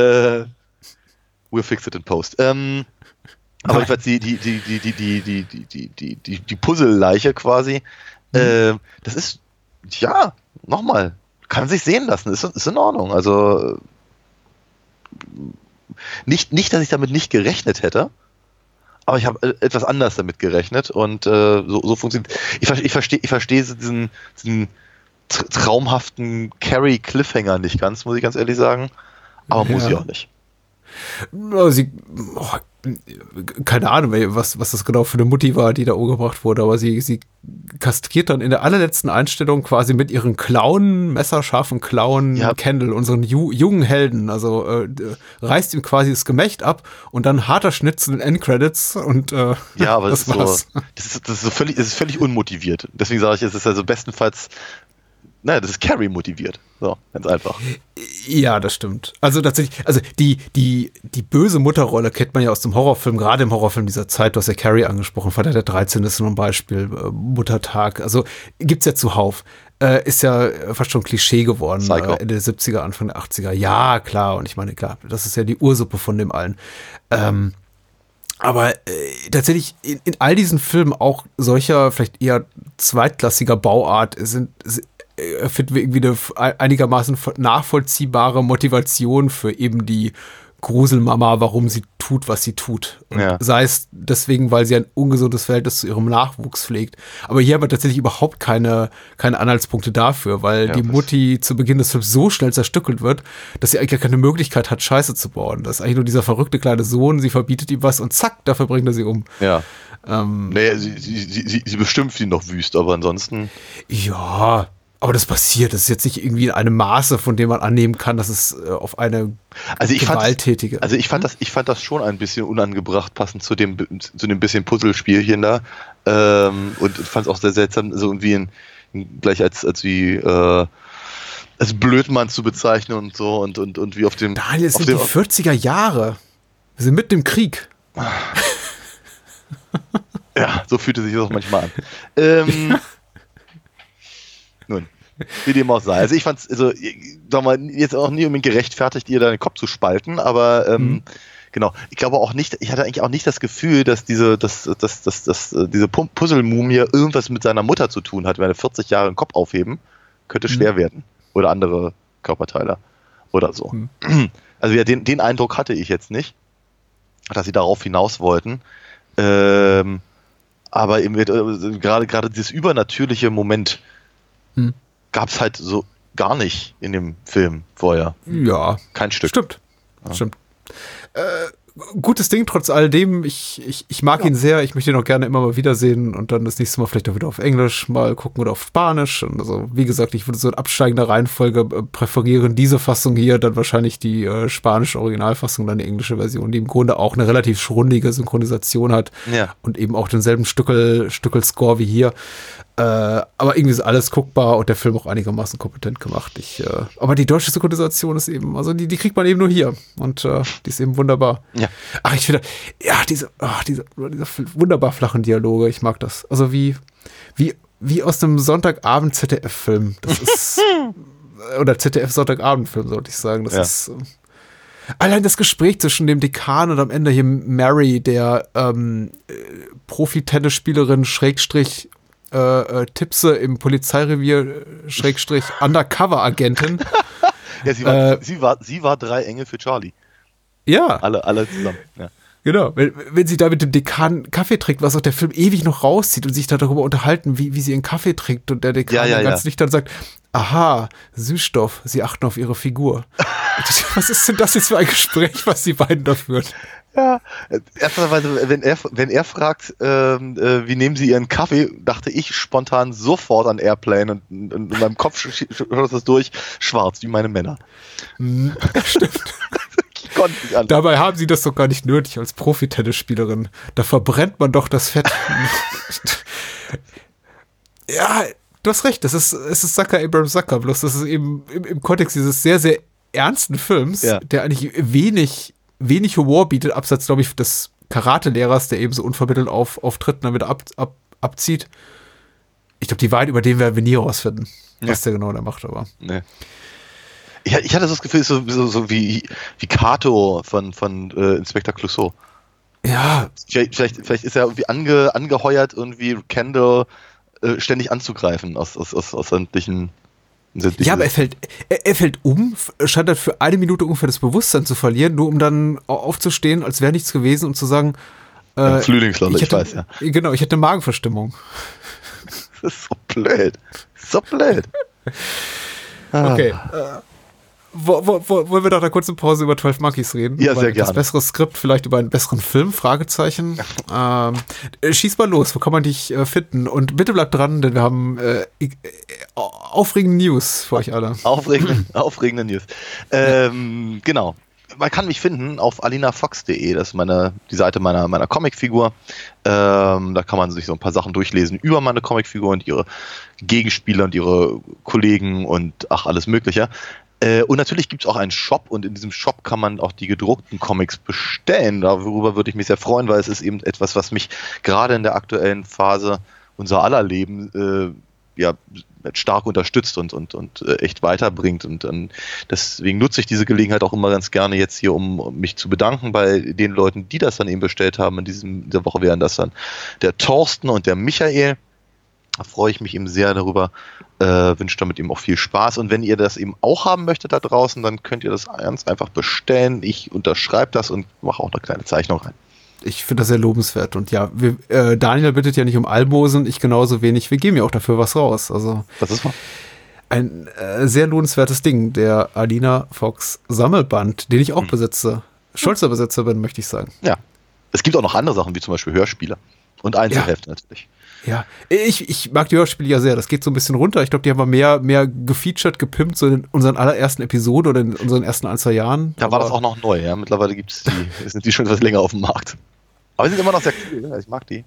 We'll fix it in post. Aber ich weiß, die Puzzle-Leiche quasi, das ist, ja, nochmal, kann sich sehen lassen, ist in Ordnung. Also nicht, dass ich damit nicht gerechnet hätte, aber ich habe etwas anders damit gerechnet und so funktioniert. Ich verstehe diesen traumhaften Carrie-Cliffhanger nicht ganz, muss ich ganz ehrlich sagen. Aber muss ich auch nicht. Keine Ahnung, was das genau für eine Mutti war, die da umgebracht wurde, aber sie kastriert dann in der allerletzten Einstellung quasi mit ihren Klauen, messerscharfen Klauen, Kendall, unseren jungen Helden, also reißt ihm quasi das Gemächt ab und dann harter Schnitt zu den Endcredits und ja, aber das ist völlig unmotiviert. Deswegen sage ich, es ist also bestenfalls das ist Carrie motiviert. So, ganz einfach. Ja, das stimmt. Also tatsächlich, die böse Mutterrolle kennt man ja aus dem Horrorfilm, gerade im Horrorfilm dieser Zeit, du hast ja Carrie angesprochen, Freitag der 13. ist nur ein Beispiel, Muttertag, also gibt's ja zuhauf. Ist ja fast schon Klischee geworden, Ende der 70er, Anfang der 80er. Ja, klar, und ich meine, klar, das ist ja die Ursuppe von dem allen. Aber tatsächlich in all diesen Filmen auch solcher vielleicht eher zweitklassiger Bauart finden wir irgendwie eine einigermaßen nachvollziehbare Motivation für eben die Gruselmama, warum sie tut, was sie tut. Und sei es deswegen, weil sie ein ungesundes Verhältnis zu ihrem Nachwuchs pflegt. Aber hier haben wir tatsächlich überhaupt keine Anhaltspunkte dafür, weil die Mutti zu Beginn des Films so schnell zerstückelt wird, dass sie eigentlich gar keine Möglichkeit hat, Scheiße zu bauen. Das ist eigentlich nur dieser verrückte kleine Sohn, sie verbietet ihm was und zack, dafür bringt er sie um. Ja. Sie bestimmt ihn noch wüst, aber ansonsten. Ja. Aber das passiert, das ist jetzt nicht irgendwie in einem Maße, von dem man annehmen kann, dass es auf eine gewalttätige... Ich fand das schon ein bisschen unangebracht, passend zu dem bisschen Puzzlespielchen da. Und fand es auch sehr seltsam, so irgendwie gleich als Blödmann zu bezeichnen und so und wie auf dem... Daniel, es sind die 40er Jahre. Wir sind mitten im Krieg. Ja, so fühlte sich das auch manchmal an. Nun, wie dem auch sei. Also ich fand es, jetzt auch nie unbedingt gerechtfertigt, ihr da den Kopf zu spalten, aber genau. Ich glaube auch nicht, ich hatte eigentlich auch nicht das Gefühl, dass diese Puzzle-Mumie irgendwas mit seiner Mutter zu tun hat, wenn er 40 Jahre den Kopf aufheben, könnte schwer werden. Oder andere Körperteile. Oder so. Also ja, den Eindruck hatte ich jetzt nicht, dass sie darauf hinaus wollten. Aber eben gerade dieses übernatürliche Moment gab es halt so gar nicht in dem Film vorher. Ja. Kein Stück. Stimmt. Gutes Ding, trotz alledem. Ich mag ihn sehr. Ich möchte ihn auch gerne immer mal wiedersehen und dann das nächste Mal vielleicht auch wieder auf Englisch mal gucken oder auf Spanisch. Und also, wie gesagt, ich würde so in absteigender Reihenfolge präferieren. Diese Fassung hier, dann wahrscheinlich die spanische Originalfassung, dann die englische Version, die im Grunde auch eine relativ schrundige Synchronisation hat und eben auch denselben Stückel Score wie hier. Aber irgendwie ist alles guckbar und der Film auch einigermaßen kompetent gemacht. Aber die deutsche Synchronisation ist eben, also die kriegt man eben nur hier und die ist eben wunderbar. Ja. Ach, ich finde, diese wunderbar flachen Dialoge, ich mag das. Also wie aus einem Sonntagabend ZDF-Film. Das ist oder ZDF-Sonntagabend-Film, sollte ich sagen. Das ist allein das Gespräch zwischen dem Dekan und am Ende hier Mary, der Profi-Tennisspielerin Schrägstrich Tipse im Polizeirevier Schrägstrich Undercover-Agentin. Ja, sie war 3 Engel für Charlie. Ja. Alle zusammen. Ja. Genau. Wenn sie da mit dem Dekan Kaffee trinkt, was auch der Film ewig noch rauszieht und sich da darüber unterhalten, wie sie ihren Kaffee trinkt und der Dekan ganz nüchtern sagt, aha, Süßstoff, sie achten auf ihre Figur. Was ist denn das jetzt für ein Gespräch, was die beiden da führen? Ja, erstmal, wenn er fragt, wie nehmen sie ihren Kaffee, dachte ich spontan sofort an Airplane und in meinem Kopf schaut das durch, schwarz, wie meine Männer. Stimmt. Ich konnte nicht an. Dabei haben sie das doch gar nicht nötig als Profi-Tennisspielerin. Da verbrennt man doch das Fett. Ja, du hast recht, es ist Zucker Abrams Zucker, bloß das ist eben im Kontext dieses sehr, sehr ernsten Films, der eigentlich wenig Humor bietet, abseits, glaube ich, des Karate-Lehrers, der eben so unvermittelt auftritt und dann wieder abzieht. Ich glaube, die Wahrheit über den werden wir nie rausfinden, was der genau da macht, aber. Nee. Ich hatte so das Gefühl, so wie Kato von Inspektor Clouseau. Ja. Vielleicht ist er irgendwie angeheuert, irgendwie Kendall ständig anzugreifen aus sämtlichen Ja, aber er fällt um, scheint dann für 1 Minute ungefähr das Bewusstsein zu verlieren, nur um dann aufzustehen, als wäre nichts gewesen und zu sagen, Frühlingslolle, ich weiß, ja. Genau, ich hatte eine Magenverstimmung. Das ist so blöd. So blöd. Okay. Wollen wir nach einer kurzen Pause über 12 Monkeys reden? Ja, über sehr gerne. Das bessere Skript, vielleicht über einen besseren Film? Fragezeichen. Schieß mal los, wo kann man dich finden? Und bitte bleibt dran, denn wir haben aufregende News für euch alle. Aufregende News. Genau. Man kann mich finden auf alinafox.de, das ist die Seite meiner Comicfigur. Da kann man sich so ein paar Sachen durchlesen über meine Comicfigur und ihre Gegenspieler und ihre Kollegen und alles Mögliche. Und natürlich gibt es auch einen Shop und in diesem Shop kann man auch die gedruckten Comics bestellen. Darüber würde ich mich sehr freuen, weil es ist eben etwas, was mich gerade in der aktuellen Phase unser aller Leben stark unterstützt und echt weiterbringt. Und deswegen nutze ich diese Gelegenheit auch immer ganz gerne jetzt hier, um mich zu bedanken bei den Leuten, die das dann eben bestellt haben. In dieser Woche wären das dann der Thorsten und der Michael. Da freue ich mich eben sehr darüber, wünsche damit eben auch viel Spaß. Und wenn ihr das eben auch haben möchtet da draußen, dann könnt ihr das ganz einfach bestellen. Ich unterschreibe das und mache auch eine kleine Zeichnung rein. Ich finde das sehr lobenswert. Und ja, Daniel bittet ja nicht um Almosen, ich genauso wenig. Wir geben ja auch dafür was raus. Also das ist wahr. Ein sehr lohnenswertes Ding, der Alina Fox Sammelband, den ich auch besitze. Stolzer Besitzer bin, möchte ich sagen. Ja, es gibt auch noch andere Sachen, wie zum Beispiel Hörspiele und Einzelhefte natürlich. Ja, ich mag die Hörspiele ja sehr. Das geht so ein bisschen runter. Ich glaube, die haben wir mehr gefeatured, gepimpt, so in unseren allerersten Episoden oder in unseren ersten 1-2 Jahren. Da war das auch noch neu, ja. Mittlerweile sind die schon etwas länger auf dem Markt. Aber sie sind immer noch sehr cool, ja. Ich mag die.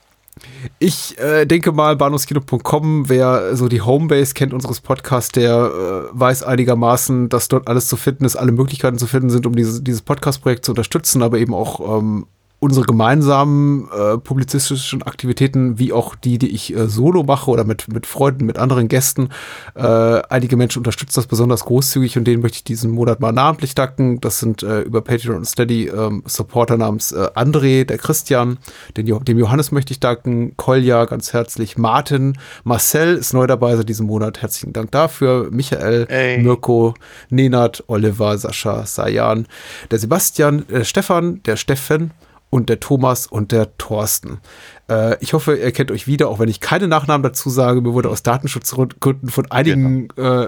Ich denke mal, bahnhofskino.com, wer so die Homebase kennt unseres Podcasts, der weiß einigermaßen, dass dort alles zu finden ist, alle Möglichkeiten zu finden sind, um dieses Podcast-Projekt zu unterstützen, aber eben auch unsere gemeinsamen publizistischen Aktivitäten, wie auch die ich solo mache oder mit Freunden, mit anderen Gästen. Einige Menschen unterstützen das besonders großzügig und denen möchte ich diesen Monat mal namentlich danken. Das sind über Patreon und Steady Supporter namens André, der Christian, dem Johannes möchte ich danken, Kolja ganz herzlich, Martin, Marcel ist neu dabei seit diesem Monat, herzlichen Dank dafür, Michael, Mirko, Nenad, Oliver, Sascha, Sayan, der Sebastian, der Stefan, der Steffen und der Thomas und der Thorsten. Ich hoffe, ihr kennt euch wieder, auch wenn ich keine Nachnamen dazu sage. Mir wurde aus Datenschutzgründen von einigen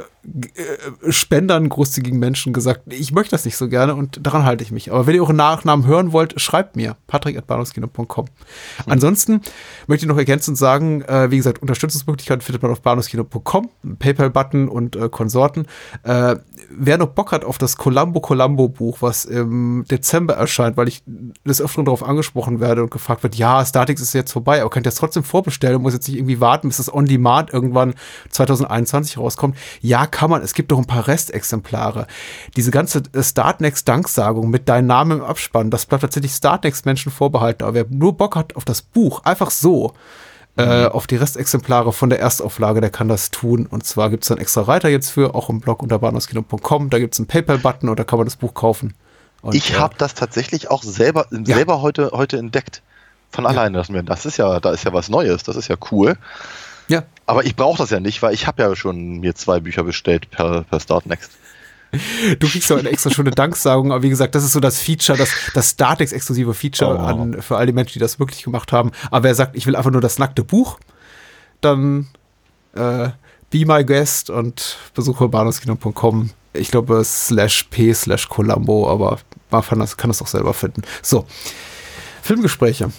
Spendern, großzügigen Menschen gesagt, ich möchte das nicht so gerne und daran halte ich mich. Aber wenn ihr eure Nachnamen hören wollt, schreibt mir, patrick@bahnhofskino.com. Ansonsten möchte ich noch ergänzend sagen, wie gesagt, Unterstützungsmöglichkeiten findet man auf bahnhofskino.com, PayPal-Button und Konsorten. Wer noch Bock hat auf das Columbo-Buch, was im Dezember erscheint, weil ich des Öfteren darauf angesprochen werde und gefragt wird, ja, Startix ist jetzt vorbei, aber könnt ihr das trotzdem vorbestellen und muss jetzt nicht irgendwie warten, bis das On Demand irgendwann 2021 rauskommt. Ja, kann man. Es gibt doch ein paar Restexemplare. Diese ganze Startnext-Danksagung mit deinem Namen im Abspann, das bleibt tatsächlich Startnext-Menschen vorbehalten. Aber wer nur Bock hat auf das Buch, einfach so, auf die Restexemplare von der Erstauflage, der kann das tun. Und zwar gibt es dann extra Reiter jetzt für, auch im Blog unter bahnhofskino.com. Da gibt es einen PayPal-Button und da kann man das Buch kaufen. Und, ich habe das tatsächlich auch selber heute entdeckt. Von alleine. Da ist ja was Neues. Das ist ja cool. Ja. Aber ich brauche das ja nicht, weil ich habe ja schon mir 2 Bücher bestellt per Startnext. Du kriegst ja eine extra schöne Danksagung, aber wie gesagt, das ist so das Feature, das Startnext-exklusive Feature für all die Menschen, die das wirklich gemacht haben. Aber wer sagt, ich will einfach nur das nackte Buch, dann be my guest und besuche bahnhofskino.com. Ich glaube /p/Columbo, aber man kann das auch selber finden. So, Filmgespräche.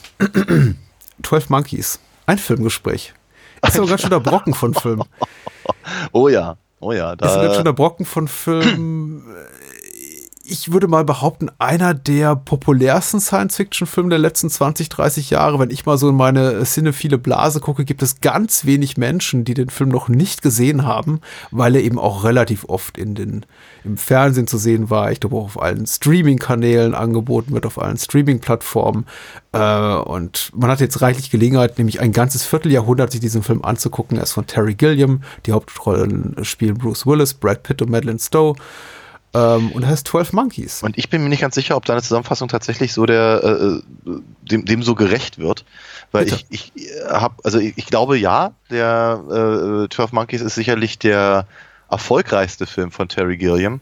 12 Monkeys. Ein Filmgespräch. Das ist aber ganz schön der Brocken von Filmen. Oh ja. Das ist ein ganz schöner Brocken von Filmen. Ich würde mal behaupten, einer der populärsten Science-Fiction-Filme der letzten 20, 30 Jahre. Wenn ich mal so in meine cinephile Blase gucke, gibt es ganz wenig Menschen, die den Film noch nicht gesehen haben, weil er eben auch relativ oft im Fernsehen zu sehen war. Ich glaube auch auf allen Streaming-Kanälen angeboten wird, auf allen Streaming-Plattformen. Und man hat jetzt reichlich Gelegenheit, nämlich ein ganzes Vierteljahrhundert sich diesen Film anzugucken. Er ist von Terry Gilliam. Die Hauptrollen spielen Bruce Willis, Brad Pitt und Madeleine Stowe. Und heißt 12 Monkeys. Und ich bin mir nicht ganz sicher, ob deine Zusammenfassung tatsächlich so dem so gerecht wird. Weil ich glaube ja, der 12 Monkeys ist sicherlich der erfolgreichste Film von Terry Gilliam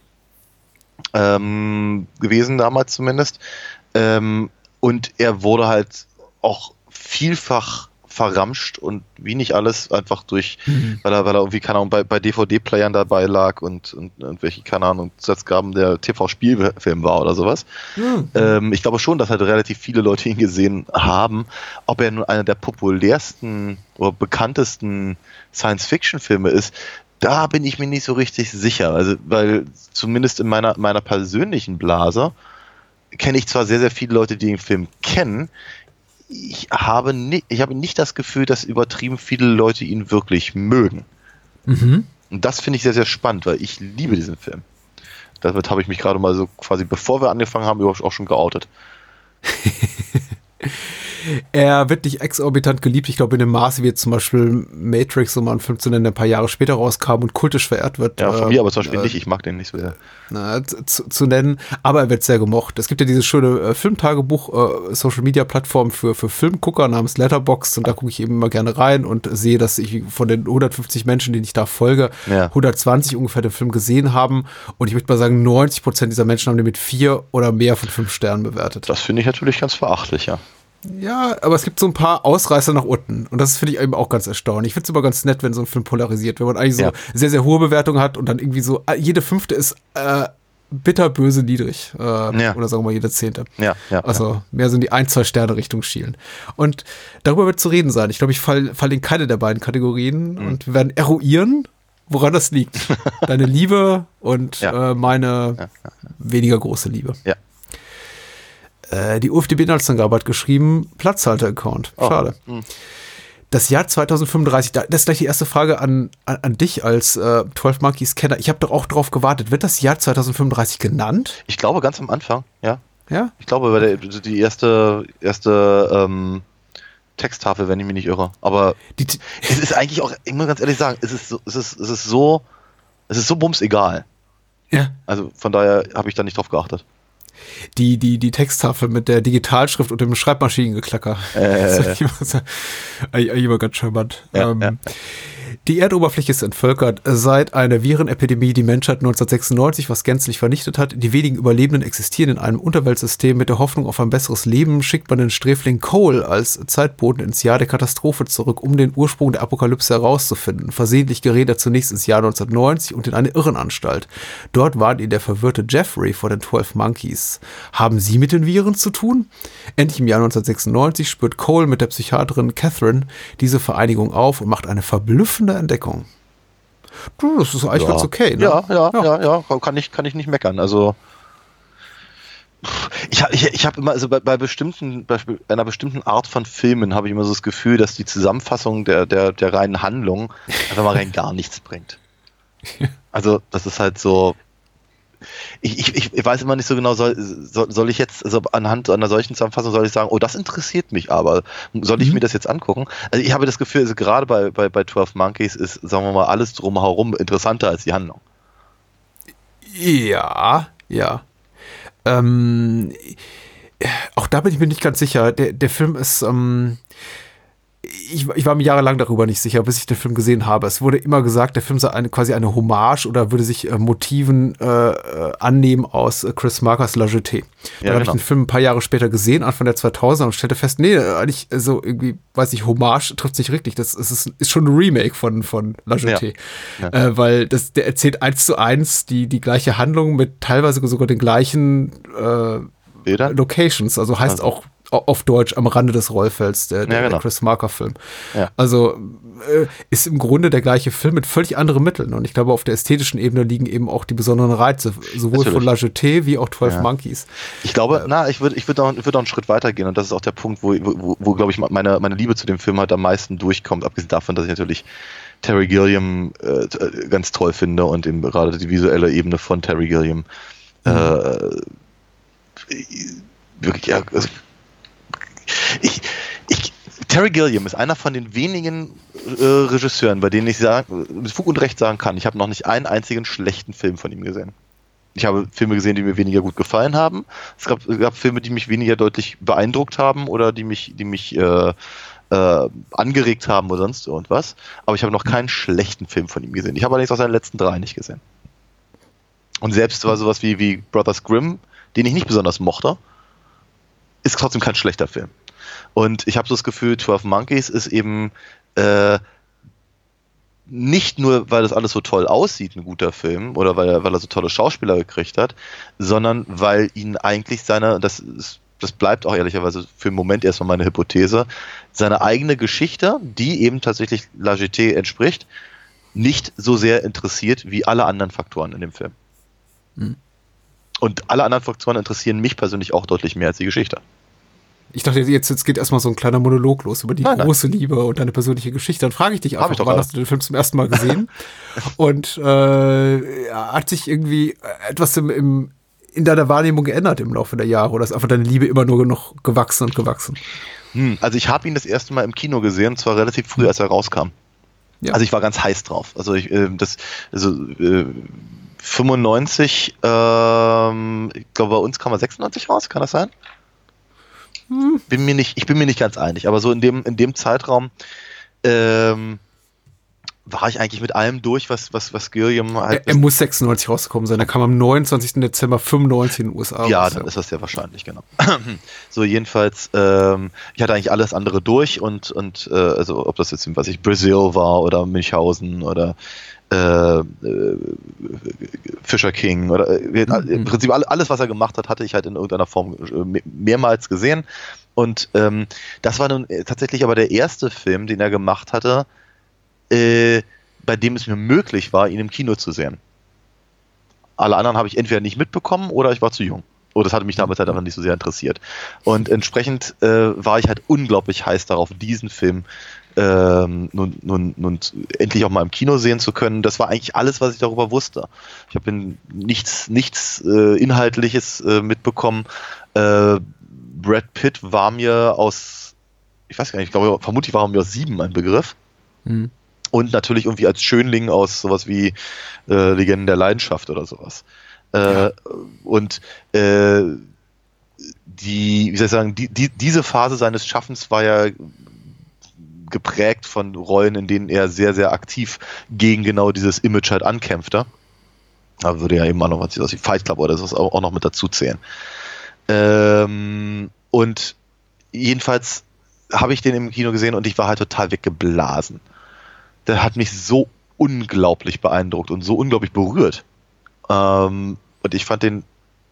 gewesen, damals zumindest. Und er wurde halt auch vielfach verramscht und wie nicht alles einfach durch, weil er irgendwie, keine Ahnung, bei DVD-Playern dabei lag und welche, keine Ahnung, Zusatzgaben der TV-Spielfilm war oder sowas. Ich glaube schon, dass halt relativ viele Leute ihn gesehen haben. Ob er nun einer der populärsten oder bekanntesten Science-Fiction-Filme ist, da bin ich mir nicht so richtig sicher. Also, weil zumindest in meiner persönlichen Blase kenne ich zwar sehr, sehr viele Leute, die den Film kennen. Ich habe nicht das Gefühl, dass übertrieben viele Leute ihn wirklich mögen. Und das finde ich sehr, sehr spannend, weil ich liebe diesen Film. Damit habe ich mich gerade mal so quasi, bevor wir angefangen haben, überhaupt auch schon geoutet. Er wird nicht exorbitant geliebt. Ich glaube, in dem Maße, wie jetzt zum Beispiel Matrix, um mal einen Film zu nennen, der ein paar Jahre später rauskam und kultisch verehrt wird. Ja, von mir aber zum Beispiel nicht. Ich mag den nicht so sehr. Zu nennen. Aber er wird sehr gemocht. Es gibt ja dieses schöne Filmtagebuch, Social-Media-Plattform für Filmgucker namens Letterboxd. Und da gucke ich eben immer gerne rein und sehe, dass ich von den 150 Menschen, denen ich da folge, 120 ungefähr den Film gesehen haben. Und ich möchte mal sagen, 90% dieser Menschen haben den mit 4 oder mehr von 5 Sternen bewertet. Das finde ich natürlich ganz verachtlich, ja. Ja, aber es gibt so ein paar Ausreißer nach unten. Und das finde ich eben auch ganz erstaunlich. Ich finde es immer ganz nett, wenn so ein Film polarisiert, wenn man eigentlich so sehr, sehr hohe Bewertungen hat und dann irgendwie so, jede 5. ist bitterböse niedrig. Oder sagen wir mal jede 10. Also mehr so in die 1-2 Sterne Richtung schielen. Und darüber wird zu reden sein. Ich glaube, ich fall in keine der beiden Kategorien und wir werden eruieren, woran das liegt. Deine Liebe und meine weniger große Liebe. Ja. Die UFDB-Inhaltsangabe hat geschrieben, Platzhalter-Account. Schade. Das Jahr 2035, das ist gleich die erste Frage an dich als 12 Monkeys-Kenner. Ich habe doch auch drauf gewartet. Wird das Jahr 2035 genannt? Ich glaube ganz am Anfang, ja. Ja? Ich glaube, bei die erste Texttafel, wenn ich mich nicht irre. Aber es ist eigentlich auch, ich muss ganz ehrlich sagen, es ist so bums egal. Ja. Also von daher habe ich da nicht drauf geachtet. Die Texttafel mit der Digitalschrift und dem Schreibmaschinengeklacker. Das ist immer ganz charmant. Die Erdoberfläche ist entvölkert. Seit einer Virenepidemie die Menschheit 1996 was gänzlich vernichtet hat. Die wenigen Überlebenden existieren in einem Unterweltsystem. Mit der Hoffnung auf ein besseres Leben schickt man den Sträfling Cole als Zeitboten ins Jahr der Katastrophe zurück, um den Ursprung der Apokalypse herauszufinden. Versehentlich gerät er zunächst ins Jahr 1990 und in eine Irrenanstalt. Dort warnt ihn der verwirrte Jeffrey vor den 12 Monkeys. Haben sie mit den Viren zu tun? Endlich im Jahr 1996 spürt Cole mit der Psychiaterin Catherine diese Vereinigung auf und macht eine verblüffende Entdeckung. Das ist eigentlich ganz okay, ne? Ja. Kann ich nicht meckern. Also ich habe immer, also bei einer bestimmten Art von Filmen habe ich immer so das Gefühl, dass die Zusammenfassung der reinen Handlung einfach mal rein gar nichts bringt. Also das ist halt so. Ich weiß immer nicht so genau, soll ich jetzt, also anhand einer solchen Zusammenfassung soll ich sagen, oh, das interessiert mich aber. Soll ich mir das jetzt angucken? Also ich habe das Gefühl, also gerade bei 12 Monkeys ist, sagen wir mal, alles drumherum interessanter als die Handlung. Ja. Auch da bin ich mir nicht ganz sicher. Der Film ist, ich war mir jahrelang darüber nicht sicher, bis ich den Film gesehen habe. Es wurde immer gesagt, der Film sei quasi eine Hommage oder würde sich Motiven annehmen aus Chris Markers La Jetée. Dann habe ich den Film ein paar Jahre später gesehen, Anfang der 2000er, und stellte fest, nee, eigentlich so irgendwie, weiß ich, Hommage trifft nicht richtig. Das ist schon ein Remake von La Jetée. Weil der erzählt 1:1 die gleiche Handlung mit teilweise sogar den gleichen Locations. Also heißt auch auf Deutsch am Rande des Rollfelds, der Chris Marker-Film. Ja. Also ist im Grunde der gleiche Film mit völlig anderen Mitteln. Und ich glaube, auf der ästhetischen Ebene liegen eben auch die besonderen Reize, sowohl von La Jetée wie auch 12 Monkeys. Ich glaube, ich würde auch einen Schritt weiter gehen. Und das ist auch der Punkt, wo glaube ich, meine Liebe zu dem Film halt am meisten durchkommt. Abgesehen davon, dass ich natürlich Terry Gilliam ganz toll finde und eben gerade die visuelle Ebene von Terry Gilliam wirklich, ja, also, Terry Gilliam ist einer von den wenigen Regisseuren, bei denen ich mit Fug und Recht sagen kann, ich habe noch nicht einen einzigen schlechten Film von ihm gesehen. Ich habe Filme gesehen, die mir weniger gut gefallen haben. Es gab Filme, die mich weniger deutlich beeindruckt haben oder die mich angeregt haben oder sonst irgendwas. Aber ich habe noch keinen schlechten Film von ihm gesehen. Ich habe allerdings auch seine letzten 3 nicht gesehen. Und selbst war sowas wie Brothers Grimm, den ich nicht besonders mochte, ist trotzdem kein schlechter Film. Und ich habe so das Gefühl, 12 Monkeys ist eben nicht nur, weil das alles so toll aussieht, ein guter Film, oder weil er so tolle Schauspieler gekriegt hat, sondern weil ihn eigentlich das bleibt auch ehrlicherweise für den Moment erstmal meine Hypothese, seine eigene Geschichte, die eben tatsächlich La Jetée entspricht, nicht so sehr interessiert wie alle anderen Faktoren in dem Film. Und alle anderen Faktoren interessieren mich persönlich auch deutlich mehr als die Geschichte. Ich dachte, jetzt geht erstmal so ein kleiner Monolog los über die große Liebe und deine persönliche Geschichte. Dann frage ich dich einfach, wann hast du den Film zum ersten Mal gesehen? Und hat sich irgendwie etwas in deiner Wahrnehmung geändert im Laufe der Jahre? Oder ist einfach deine Liebe immer nur noch gewachsen und gewachsen? Also ich habe ihn das erste Mal im Kino gesehen, und zwar relativ früh, als er rauskam. Ja. Also ich war ganz heiß drauf. 95, ich glaube bei uns kam er 96 raus, kann das sein? Ich bin mir nicht ganz einig, aber so in dem Zeitraum war ich eigentlich mit allem durch, was Gilliam halt... Er muss 96 rausgekommen sein, er kam am 29. Dezember 95 in den USA. Ja, dann ist das sehr wahrscheinlich, genau. So, jedenfalls, ich hatte eigentlich alles andere durch und also ob das jetzt, Brazil war oder Münchhausen oder Fisher King oder im Prinzip alles, was er gemacht hat, hatte ich halt in irgendeiner Form mehrmals gesehen. Und das war nun tatsächlich aber der erste Film, den er gemacht hatte, bei dem es mir möglich war, ihn im Kino zu sehen. Alle anderen habe ich entweder nicht mitbekommen oder ich war zu jung. Oder das hatte mich damals halt einfach nicht so sehr interessiert. Und entsprechend war ich halt unglaublich heiß darauf, diesen Film nun endlich auch mal im Kino sehen zu können. Das war eigentlich alles, was ich darüber wusste. Ich habe nichts Inhaltliches mitbekommen. Brad Pitt war mir ich weiß gar nicht, ich glaube, vermutlich war er mir aus 7 ein Begriff. Und natürlich irgendwie als Schönling aus sowas wie Legenden der Leidenschaft oder sowas. Und diese Phase seines Schaffens war ja geprägt von Rollen, in denen er sehr, sehr aktiv gegen genau dieses Image halt ankämpfte. Da würde ja eben auch noch was wie Fight Club oder das auch noch mit dazu zählen. Und jedenfalls habe ich den im Kino gesehen und ich war halt total weggeblasen. Der hat mich so unglaublich beeindruckt und so unglaublich berührt. Und ich fand den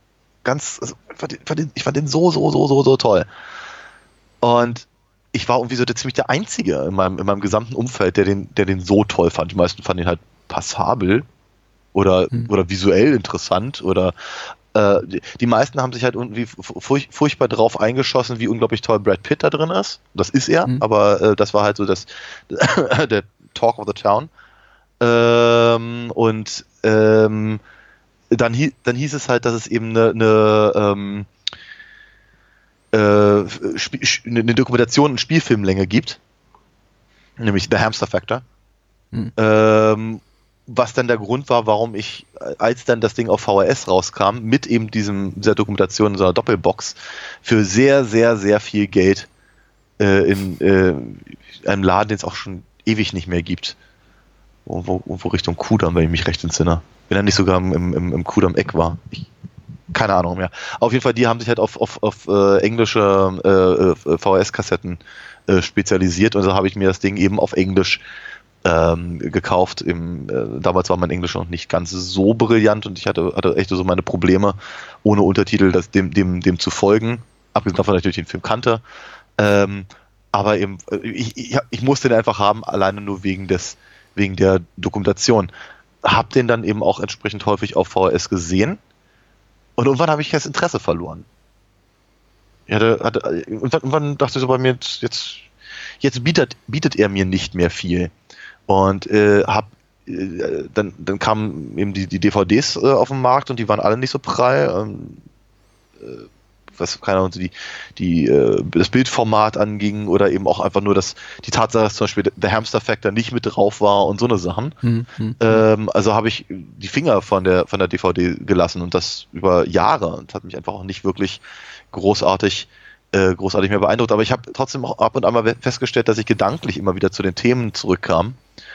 ich fand den so toll. Und ich war irgendwie so ziemlich der Einzige in meinem gesamten Umfeld, der den so toll fand. Die meisten fanden ihn halt passabel oder visuell interessant oder die meisten haben sich halt irgendwie furchtbar drauf eingeschossen, wie unglaublich toll Brad Pitt da drin ist. Das ist er, aber das war halt so der Talk of the Town. Dann hieß es halt, dass es eben eine Dokumentation in Spielfilmlänge gibt, nämlich The Hamster Factor. Was dann der Grund war, warum ich, als dann das Ding auf VHS rauskam, mit eben dieser Dokumentation in so einer Doppelbox für sehr, sehr, sehr viel Geld in einem Laden, den es auch schon ewig nicht mehr gibt. Wo Richtung Kudamm, wenn ich mich recht entsinne. Wenn er nicht sogar im Kudamm-Eck war. Keine Ahnung mehr. Auf jeden Fall, die haben sich halt auf englische VHS-Kassetten spezialisiert und so habe ich mir das Ding eben auf Englisch gekauft. Damals war mein Englisch noch nicht ganz so brillant und ich hatte echt so meine Probleme, ohne Untertitel dem zu folgen. Abgesehen davon, dass ich den Film kannte. Aber eben, ich musste den einfach haben, alleine nur wegen der Dokumentation. Hab den dann eben auch entsprechend häufig auf VHS gesehen und irgendwann habe ich das Interesse verloren. Irgendwann dachte ich so bei mir, jetzt bietet er mir nicht mehr viel. Und dann kamen eben die DVDs auf den Markt und die waren alle nicht so prall. Was keine Ahnung, das Bildformat anging oder eben auch einfach nur die Tatsache, dass zum Beispiel der Hamster Factor nicht mit drauf war und so eine Sachen. Also habe ich die Finger von der DVD gelassen und das über Jahre und hat mich einfach auch nicht wirklich großartig großartig mehr beeindruckt, aber ich habe trotzdem auch ab und an mal festgestellt, dass ich gedanklich immer wieder zu den Themen zurückkam.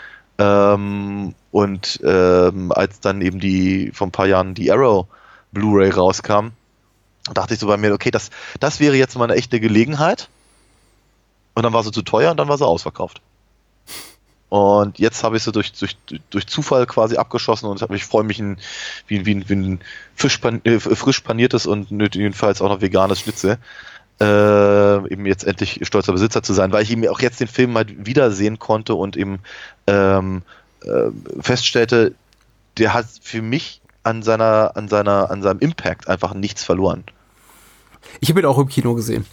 Als dann eben vor ein paar Jahren die Arrow Blu-ray rauskam, dachte ich so bei mir, okay, das wäre jetzt mal eine echte Gelegenheit. Und dann war sie zu teuer und dann war sie ausverkauft. Und jetzt habe ich sie durch Zufall quasi abgeschossen und ich freue mich wie ein frisch paniertes und jedenfalls auch noch veganes Schnitzel. Eben jetzt endlich stolzer Besitzer zu sein, weil ich eben auch jetzt den Film halt wiedersehen konnte und eben feststellte, der hat für mich an seinem Impact einfach nichts verloren. Ich habe ihn auch im Kino gesehen.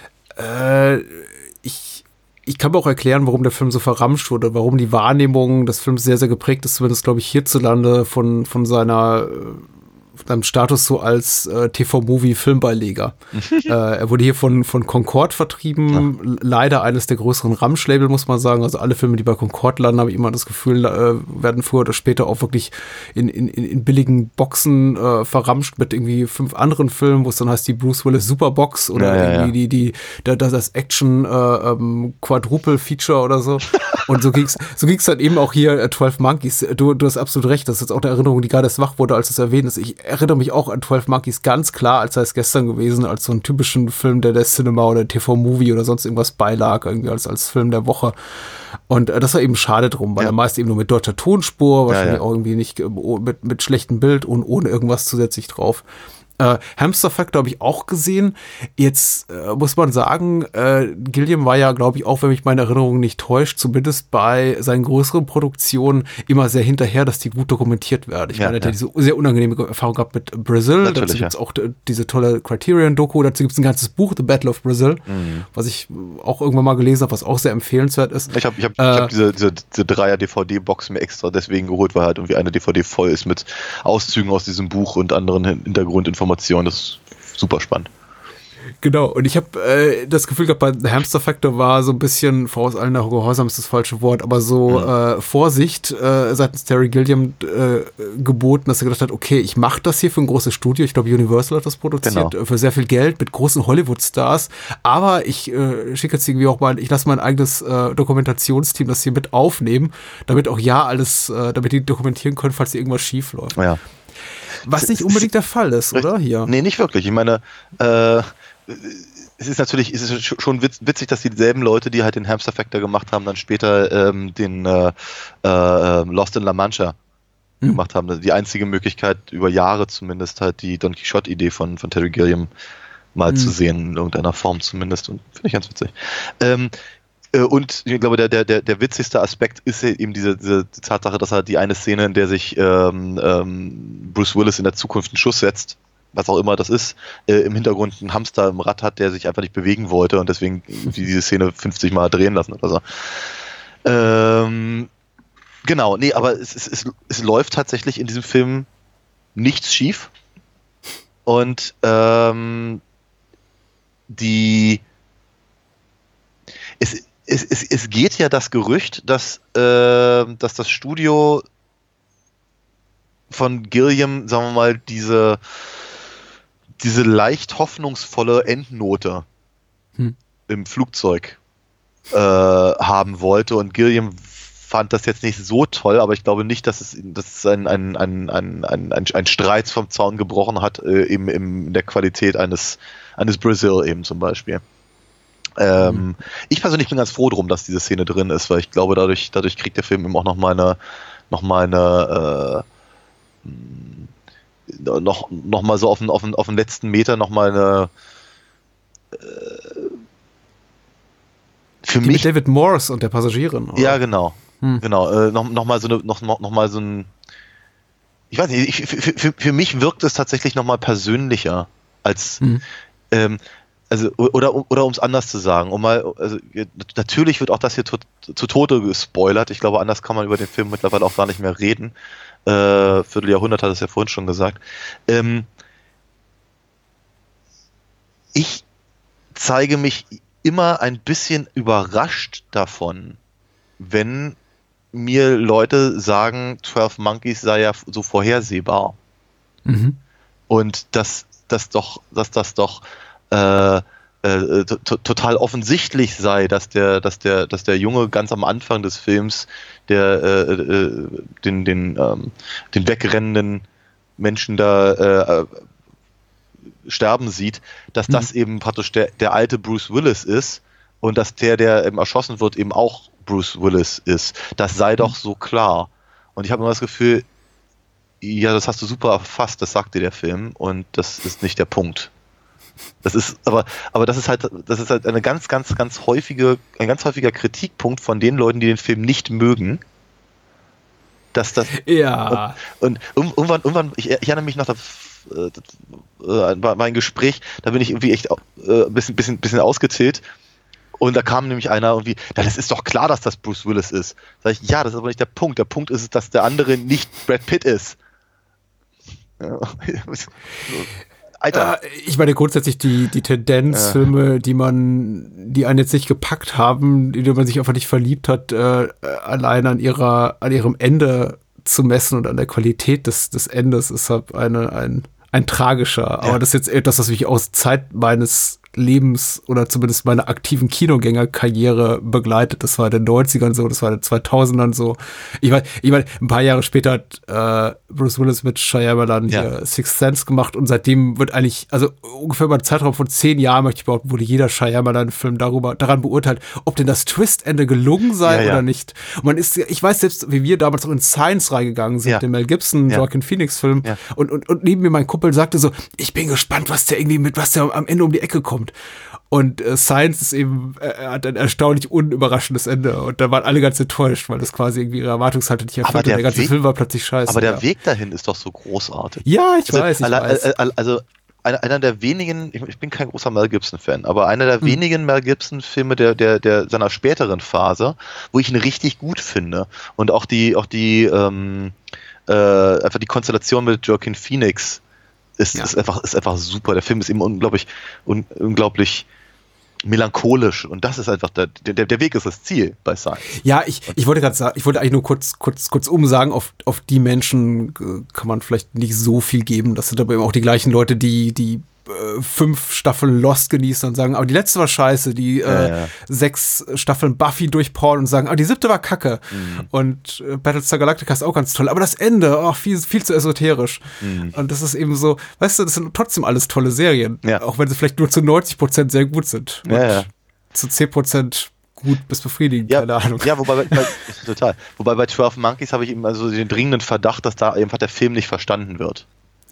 Ich kann mir auch erklären, warum der Film so verramscht wurde, warum die Wahrnehmung des Films sehr, sehr geprägt ist, zumindest, glaube ich, hierzulande von seinem Status so als TV-Movie-Filmbeileger. Er wurde hier von Concorde vertrieben, leider eines der größeren Ramsch-Label, muss man sagen. Also alle Filme, die bei Concorde landen, habe ich immer das Gefühl, werden früher oder später auch wirklich in billigen Boxen verramscht mit irgendwie 5 anderen Filmen, wo es dann heißt die Bruce Willis Superbox oder irgendwie das Action Quadruple Feature oder so. Und so ging's dann eben auch hier 12 Monkeys. Du hast absolut recht, das ist jetzt auch eine Erinnerung, die gerade erst wach wurde, als es erwähnt ist. Ich erinnere mich auch an 12 Monkeys ganz klar, als sei es gestern gewesen, als so einen typischen Film, der Cinema oder TV-Movie oder sonst irgendwas beilag, irgendwie als Film der Woche. Und das war eben schade drum, weil er meist eben nur mit deutscher Tonspur, wahrscheinlich auch irgendwie nicht mit schlechtem Bild und ohne irgendwas zusätzlich drauf. Hamster Factor habe ich auch gesehen. Jetzt muss man sagen, Gilliam war ja, glaube ich, auch, wenn mich meine Erinnerung nicht täuscht, zumindest bei seinen größeren Produktionen immer sehr hinterher, dass die gut dokumentiert werden. Ich meine, er hat ja diese sehr unangenehme Erfahrung gehabt mit Brazil. Natürlich, dazu gibt es auch diese tolle Criterion-Doku. Dazu gibt es ein ganzes Buch, The Battle of Brazil, was ich auch irgendwann mal gelesen habe, was auch sehr empfehlenswert ist. Ich hab diese Dreier-DVD-Box mir extra deswegen geholt, weil halt irgendwie eine DVD voll ist mit Auszügen aus diesem Buch und anderen Hintergrundinformationen. Das ist super spannend. Genau, und ich habe das Gefühl gehabt, bei The Hamster Factor war so ein bisschen, voraus allen Gehorsam ist das falsche Wort, aber so Vorsicht seitens Terry Gilliam geboten, dass er gedacht hat, okay, ich mache das hier für ein großes Studio, ich glaube Universal hat das produziert, für sehr viel Geld, mit großen Hollywood-Stars, aber ich schicke jetzt irgendwie auch mal, ich lasse mein eigenes Dokumentationsteam das hier mit aufnehmen, damit auch damit die dokumentieren können, falls hier irgendwas schief läuft. Ja. Was nicht unbedingt der Fall ist, oder? Hier. Nee, nicht wirklich. Ich meine, es ist schon witzig, dass dieselben Leute, die halt den Hamster Factor gemacht haben, dann später den Lost in La Mancha gemacht haben. Die einzige Möglichkeit, über Jahre zumindest halt die Don Quixote-Idee von Terry Gilliam mal zu sehen, in irgendeiner Form zumindest. Und finde ich ganz witzig. Und ich glaube, der witzigste Aspekt ist eben diese Tatsache, dass er die eine Szene, in der sich Bruce Willis in der Zukunft einen Schuss setzt, was auch immer das ist, im Hintergrund einen Hamster im Rad hat, der sich einfach nicht bewegen wollte und deswegen diese Szene 50 Mal drehen lassen oder so. Genau, nee, aber es läuft tatsächlich in diesem Film nichts schief und es geht ja das Gerücht, dass das Studio von Gilliam, sagen wir mal, diese leicht hoffnungsvolle Endnote im Flugzeug haben wollte und Gilliam fand das jetzt nicht so toll, aber ich glaube nicht, dass es ein Streit vom Zaun gebrochen hat, eben in der Qualität eines Brazil eben zum Beispiel. Ich persönlich bin ganz froh drum, dass diese Szene drin ist, weil ich glaube, dadurch kriegt der Film eben auch noch mal so auf den letzten Meter noch mal eine für die mich mit David Morse und der Passagierin. Oder? Ja, genau. Genau, noch mal so ein, ich weiß nicht, für mich wirkt es tatsächlich noch mal persönlicher als also, oder um es anders zu sagen, natürlich wird auch das hier zu Tode gespoilert. Ich glaube, anders kann man über den Film mittlerweile auch gar nicht mehr reden. Vierteljahrhundert hat es ja vorhin schon gesagt. Ich zeige mich immer ein bisschen überrascht davon, wenn mir Leute sagen, 12 Monkeys sei ja so vorhersehbar. Und dass das doch total offensichtlich sei, dass der Junge ganz am Anfang des Films den wegrennenden Menschen da sterben sieht, dass das eben praktisch der alte Bruce Willis ist und dass der eben erschossen wird, eben auch Bruce Willis ist. Das sei doch so klar. Und ich habe immer das Gefühl, ja, das hast du super erfasst, das sagt dir der Film und das ist nicht der Punkt. Das ist, aber das ist halt ein ganz häufiger Kritikpunkt von den Leuten, die den Film nicht mögen. Dass das. Ja. Und irgendwann, ich erinnere mich noch, war ein Gespräch, da bin ich irgendwie echt ein bisschen ausgezählt. Und da kam nämlich einer irgendwie, das ist doch klar, dass das Bruce Willis ist. Sag ich, ja, das ist aber nicht der Punkt. Der Punkt ist, dass der andere nicht Brad Pitt ist. Ja. Alter. Ich meine grundsätzlich die Tendenzfilme, die einen jetzt nicht gepackt haben, in die man sich einfach nicht verliebt hat, allein an ihrem Ende zu messen und an der Qualität des Endes, ist halt ein tragischer. Ja. Aber das ist jetzt etwas, was mich aus Zeit meines Lebens oder zumindest meiner aktiven Kinogängerkarriere begleitet. Das war in den 90ern so, das war in den 2000ern so. Ich meine, ein paar Jahre später hat Bruce Willis mit Shyamalan hier Sixth Sense gemacht und seitdem wird eigentlich, also ungefähr über einen Zeitraum von 10 Jahren, möchte ich behaupten, wurde jeder Shyamalan-Film daran beurteilt, ob denn das Twist-Ende gelungen sei oder nicht. Und man ist, ich weiß selbst, wie wir damals auch in Science reingegangen sind, den Mel Gibson, Joaquin Phoenix-Film, und neben mir mein Kumpel sagte so, ich bin gespannt, was der am Ende um die Ecke kommt. Und Science ist eben, hat ein erstaunlich unüberraschendes Ende. Und da waren alle ganz enttäuscht, weil das quasi irgendwie ihre Erwartungshaltung nicht erfüllt. Der ganze Film war plötzlich scheiße. Aber der Weg dahin ist doch so großartig. Ja, ich weiß. Also einer der wenigen, ich bin kein großer Mel Gibson-Fan, aber einer der wenigen Mel Gibson-Filme der seiner späteren Phase, wo ich ihn richtig gut finde. Und auch einfach die Konstellation mit Joaquin Phoenix ist einfach super. Der Film ist eben unglaublich melancholisch und das ist einfach der Weg ist das Ziel bei Science. Ja, ich wollte gerade sagen, ich wollte eigentlich nur kurz sagen, auf die Menschen kann man vielleicht nicht so viel geben. Das sind aber eben auch die gleichen Leute, die 5 Staffeln Lost genießen und sagen, aber die letzte war scheiße, die 6 Staffeln Buffy durchporn und sagen, aber die 7. war kacke. Und Battlestar Galactica ist auch ganz toll, aber das Ende, viel zu esoterisch. Und das ist eben so, weißt du, das sind trotzdem alles tolle Serien, auch wenn sie vielleicht nur zu 90% sehr gut sind. Zu 10% gut bis befriedigend, keine Ahnung. Ja, wobei bei 12 Monkeys habe ich eben also den dringenden Verdacht, dass da einfach der Film nicht verstanden wird.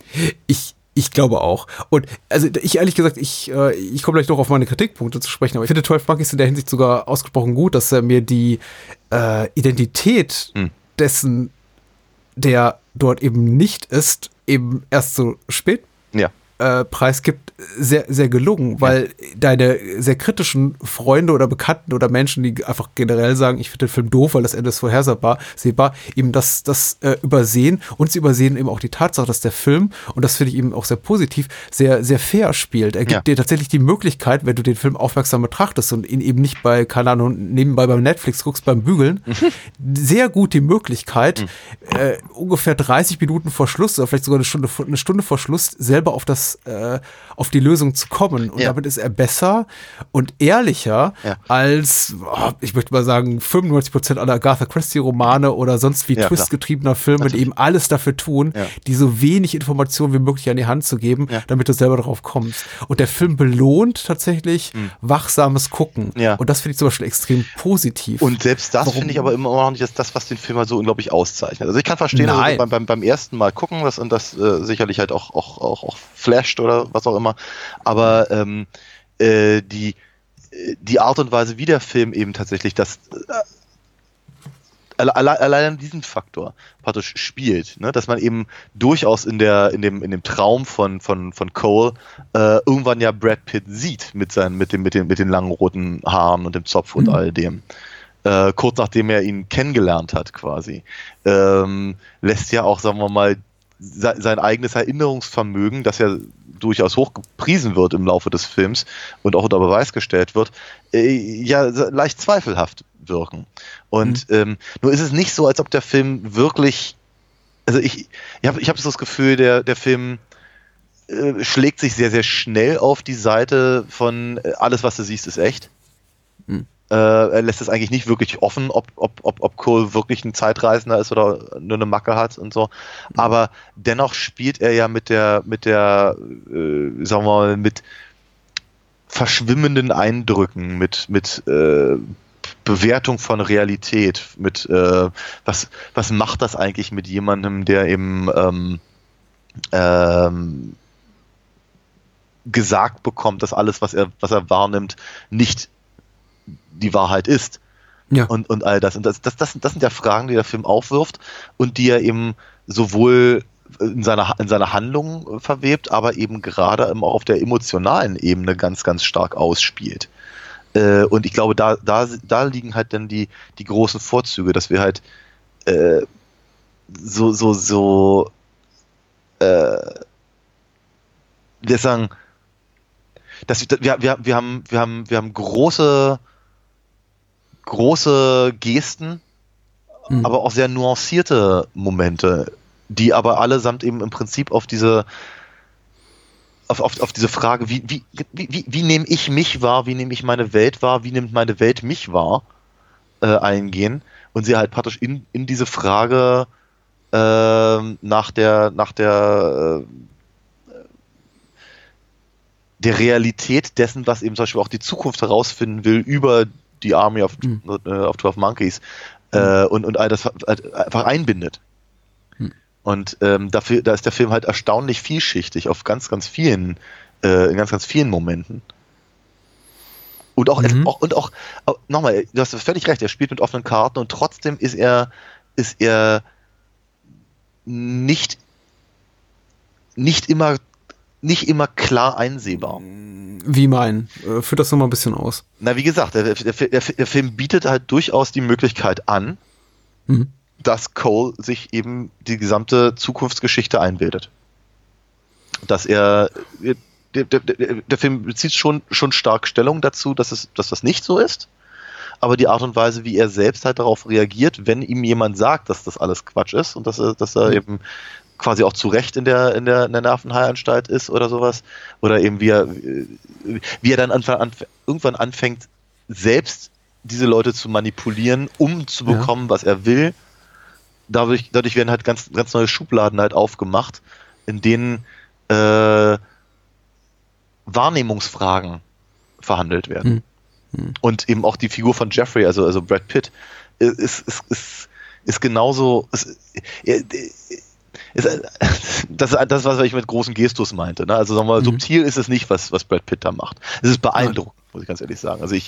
Ich glaube auch. Und also ich ehrlich gesagt, ich komme gleich noch auf meine Kritikpunkte zu sprechen, aber ich finde 12 Monkeys in der Hinsicht sogar ausgesprochen gut, dass er mir die Identität dessen, der dort eben nicht ist, eben erst so spät preisgibt, sehr, sehr gelungen, weil deine sehr kritischen Freunde oder Bekannten oder Menschen, die einfach generell sagen, ich finde den Film doof, weil das Ende ist vorhersehbar, eben das übersehen und sie übersehen eben auch die Tatsache, dass der Film, und das finde ich eben auch sehr positiv, sehr, sehr fair spielt. Er gibt dir tatsächlich die Möglichkeit, wenn du den Film aufmerksam betrachtest und ihn eben nicht bei, keine Ahnung, nebenbei beim Netflix guckst, beim Bügeln, sehr gut die Möglichkeit, ungefähr 30 Minuten vor Schluss oder vielleicht sogar eine Stunde vor Schluss selber auf die Lösung zu kommen. Und damit ist er besser und ehrlicher als, ich möchte mal sagen, 95% aller Agatha Christie-Romane oder sonst wie twistgetriebener Filme, die eben alles dafür tun, die so wenig Informationen wie möglich an die Hand zu geben, damit du selber darauf kommst. Und der Film belohnt tatsächlich wachsames Gucken. Und das finde ich zum Beispiel extrem positiv. Und selbst das finde ich aber immer noch nicht das, was den Film halt so unglaublich auszeichnet. Also ich kann verstehen, also beim ersten Mal gucken, das sicherlich halt auch flasht oder was auch immer. Aber die Art und Weise, wie der Film eben tatsächlich das allein diesen Faktor praktisch spielt, ne? Dass man eben durchaus in dem Traum von Cole irgendwann ja Brad Pitt sieht mit den langen roten Haaren und dem Zopf und all dem. Kurz nachdem er ihn kennengelernt hat quasi, lässt ja auch, sagen wir mal, sein eigenes Erinnerungsvermögen, das ja durchaus hochgepriesen wird im Laufe des Films und auch unter Beweis gestellt wird, leicht zweifelhaft wirken. Und nur ist es nicht so, als ob der Film wirklich, also ich habe so das Gefühl, der Film schlägt sich sehr, sehr schnell auf die Seite von alles, was du siehst, ist echt. Er lässt es eigentlich nicht wirklich offen, ob Cole wirklich ein Zeitreisender ist oder nur eine Macke hat und so. Aber dennoch spielt er ja mit der sagen wir mal, mit verschwimmenden Eindrücken, mit Bewertung von Realität, mit was macht das eigentlich mit jemandem, der eben gesagt bekommt, dass alles, was er wahrnimmt, nicht die Wahrheit ist. Ja. Und all das. Und das sind ja Fragen, die der Film aufwirft und die er eben sowohl in seiner Handlung verwebt, aber eben gerade auch auf der emotionalen Ebene ganz, ganz stark ausspielt. Und ich glaube, da liegen halt dann die großen Vorzüge, dass wir halt wir sagen, dass wir haben große Gesten, aber auch sehr nuancierte Momente, die aber allesamt eben im Prinzip auf diese Frage, wie nehme ich mich wahr, wie nehme ich meine Welt wahr, wie nimmt meine Welt mich wahr, eingehen und sie halt praktisch in diese Frage nach der Realität dessen, was eben zum Beispiel auch die Zukunft herausfinden will über die Army of 12 Monkeys und all das einfach einbindet. Und da ist der Film halt erstaunlich vielschichtig auf ganz, ganz vielen in ganz, ganz vielen Momenten. Und auch nochmal, du hast völlig recht, er spielt mit offenen Karten und trotzdem ist er nicht immer klar einsehbar. Wie meinen? Führt das nochmal ein bisschen aus. Na, wie gesagt, der Film bietet halt durchaus die Möglichkeit an, dass Cole sich eben die gesamte Zukunftsgeschichte einbildet. Dass der Film bezieht schon stark Stellung dazu, dass das nicht so ist, aber die Art und Weise, wie er selbst halt darauf reagiert, wenn ihm jemand sagt, dass das alles Quatsch ist und dass er eben quasi auch zu Recht in der Nervenheilanstalt ist oder sowas, oder eben wie er dann irgendwann anfängt, selbst diese Leute zu manipulieren, um zu bekommen, was er will. Dadurch werden halt ganz, ganz neue Schubladen halt aufgemacht, in denen Wahrnehmungsfragen verhandelt werden. Und eben auch die Figur von Jeffrey, also Brad Pitt, ist genauso. Das ist, was ich mit großen Gestus meinte. Ne? Also sagen wir mal, subtil ist es nicht, was Brad Pitt da macht. Es ist beeindruckend, muss ich ganz ehrlich sagen. Also ich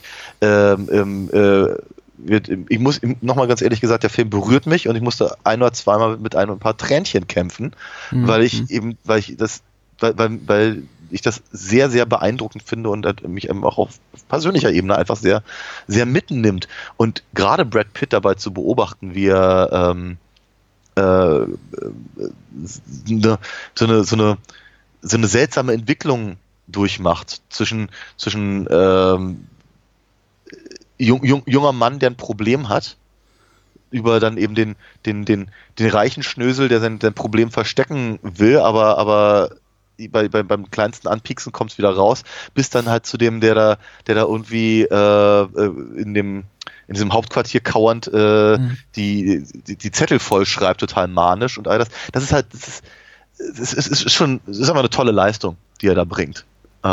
muss nochmal ganz ehrlich gesagt, der Film berührt mich und ich musste ein oder zweimal mit ein paar Tränchen kämpfen, weil ich das sehr, sehr beeindruckend finde und mich eben auch auf persönlicher Ebene einfach sehr, sehr mitnimmt. Und gerade Brad Pitt dabei zu beobachten, wie er so eine seltsame Entwicklung durchmacht zwischen junger Mann, der ein Problem hat, über dann eben den reichen Schnösel, der sein Problem verstecken will, aber beim kleinsten Anpieksen kommt es wieder raus, bis dann halt zu dem, der da irgendwie in diesem Hauptquartier kauernd die Zettel vollschreibt, total manisch und all das. Das ist halt, das ist einfach eine tolle Leistung, die er da bringt.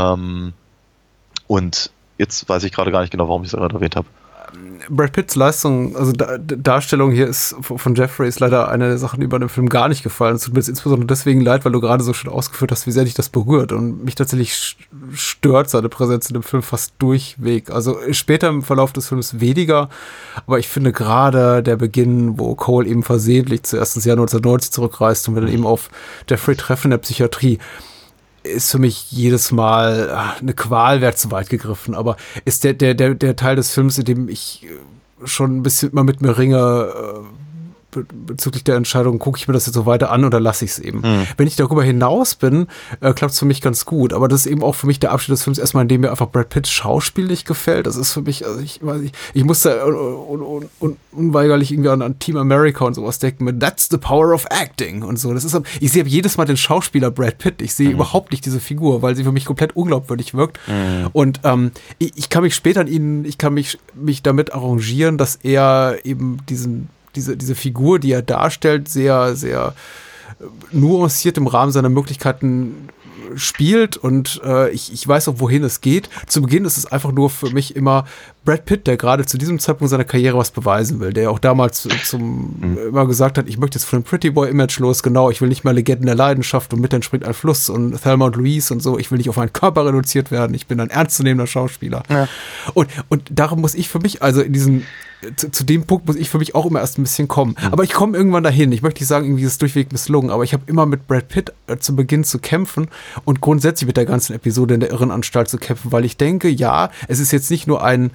Und jetzt weiß ich gerade gar nicht genau, warum ich es gerade erwähnt habe. Brad Pitts Leistung, also Darstellung hier ist von Jeffrey ist leider eine der Sachen, die bei dem Film gar nicht gefallen. Es tut mir jetzt insbesondere deswegen leid, weil du gerade so schön ausgeführt hast, wie sehr dich das berührt und mich tatsächlich stört seine Präsenz in dem Film fast durchweg. Also später im Verlauf des Films weniger, aber ich finde gerade der Beginn, wo Cole eben versehentlich zuerst ins Jahr 1990 zurückreist und wir dann eben auf Jeffrey treffen in der Psychiatrie, ist für mich jedes Mal eine Qual, wäre zu weit gegriffen, aber ist der Teil des Films, in dem ich schon ein bisschen mal mit mir ringe, bezüglich der Entscheidung, gucke ich mir das jetzt so weiter an oder lasse ich es eben. Wenn ich darüber hinaus bin, klappt es für mich ganz gut. Aber das ist eben auch für mich der Abschnitt des Films erstmal, in dem mir einfach Brad Pitts Schauspiel nicht gefällt. Das ist für mich, also ich musste unweigerlich irgendwie an Team America und sowas denken mit That's the power of acting und so. Ich sehe jedes Mal den Schauspieler Brad Pitt. Ich sehe überhaupt nicht diese Figur, weil sie für mich komplett unglaubwürdig wirkt. Und ich kann mich später mich damit arrangieren, dass er eben diese Figur, die er darstellt, sehr, sehr nuanciert im Rahmen seiner Möglichkeiten spielt und ich weiß auch, wohin es geht. Zu Beginn ist es einfach nur für mich immer Brad Pitt, der gerade zu diesem Zeitpunkt seiner Karriere was beweisen will, der auch damals immer gesagt hat, ich möchte jetzt von dem Pretty Boy Image los, genau, ich will nicht mehr Legenden der Leidenschaft und mit entspringt ein Fluss und Thelma und Louise und so, ich will nicht auf meinen Körper reduziert werden, ich bin ein ernstzunehmender Schauspieler. Ja. Und darum muss ich für mich, also in diesem zu dem Punkt muss ich für mich auch immer erst ein bisschen kommen. Aber ich komme irgendwann dahin. Ich möchte nicht sagen, irgendwie ist es durchweg misslungen, aber ich habe immer mit Brad Pitt zu Beginn zu kämpfen und grundsätzlich mit der ganzen Episode in der Irrenanstalt zu kämpfen, weil ich denke, ja, es ist jetzt nicht nur eine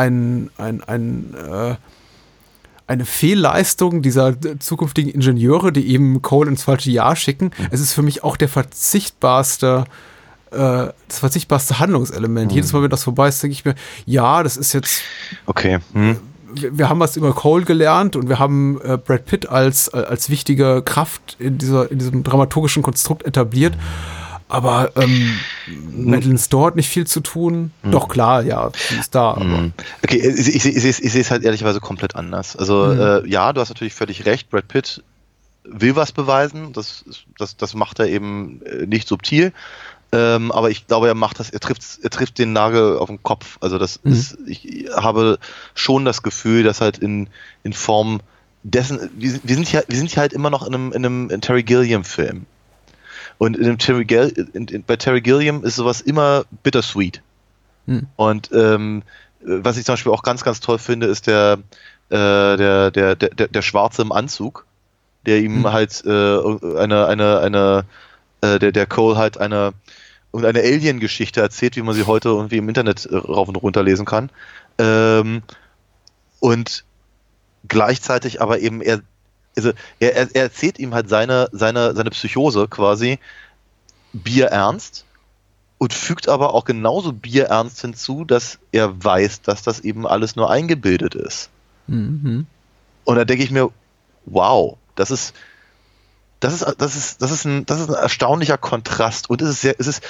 Fehlleistung dieser zukünftigen Ingenieure, die eben Cole ins falsche Jahr schicken. Es ist für mich auch das verzichtbarste Handlungselement. Jedes Mal, wenn das vorbei ist, denke ich mir, ja, das ist jetzt okay. Wir haben was über Cole gelernt und wir haben Brad Pitt als wichtige Kraft in diesem dramaturgischen Konstrukt etabliert. Aber Madeleine Stowe hat nicht viel zu tun. Doch, klar, ja, sie ist da. Aber. Okay, ich sehe es halt ehrlicherweise komplett anders. Also ja, du hast natürlich völlig recht, Brad Pitt will was beweisen. Das macht er eben nicht subtil. Aber ich glaube, er trifft den Nagel auf den Kopf. Also ich habe schon das Gefühl, dass halt in Form dessen, wir sind ja halt immer noch in einem Terry Gilliam-Film. Und bei Terry Gilliam ist sowas immer bittersweet. Und was ich zum Beispiel auch ganz, ganz toll finde, ist der Schwarze im Anzug, der ihm halt der Cole halt eine Alien-Geschichte erzählt, wie man sie heute irgendwie im Internet rauf und runter lesen kann. Und gleichzeitig aber eben er erzählt ihm halt seine Psychose quasi bierernst und fügt aber auch genauso bierernst hinzu, dass er weiß, dass das eben alles nur eingebildet ist. Und da denke ich mir, wow, das ist ein erstaunlicher Kontrast und es ist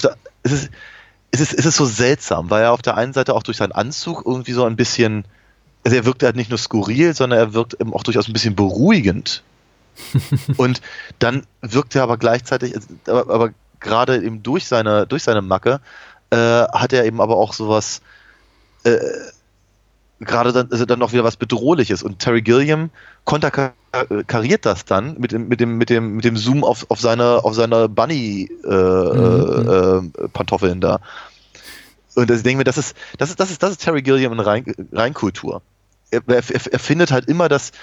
so seltsam, weil er auf der einen Seite auch durch seinen Anzug irgendwie so ein bisschen, also er wirkt halt nicht nur skurril, sondern er wirkt eben auch durchaus ein bisschen beruhigend. Und dann wirkt er aber gleichzeitig, aber gerade eben durch seine Macke hat er eben aber auch sowas gerade dann noch wieder was Bedrohliches und Terry Gilliam konterkariert das dann mit dem Zoom auf seine Bunny Pantoffeln da. Und ich denke mir, das ist Terry Gilliam in Reinkultur. Er findet halt immer das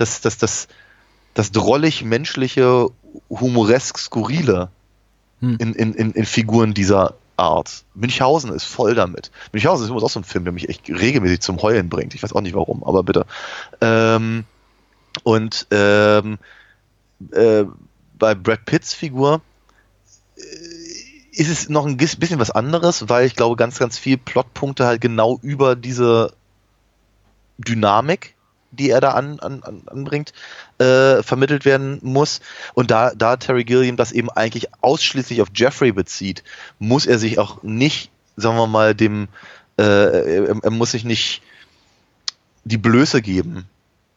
drollig menschliche, humoresk skurrile in Figuren dieser Art. Münchhausen ist voll damit. Münchhausen ist übrigens auch so ein Film, der mich echt regelmäßig zum Heulen bringt. Ich weiß auch nicht warum, aber bitte. Bei Brad Pitts Figur ist es noch ein bisschen was anderes, weil ich glaube, ganz, ganz viel Plotpunkte halt genau über diese Dynamik, die er da anbringt, vermittelt werden muss. Und da Terry Gilliam das eben eigentlich ausschließlich auf Jeffrey bezieht, muss er sich auch nicht, sagen wir mal, er muss sich nicht die Blöße geben,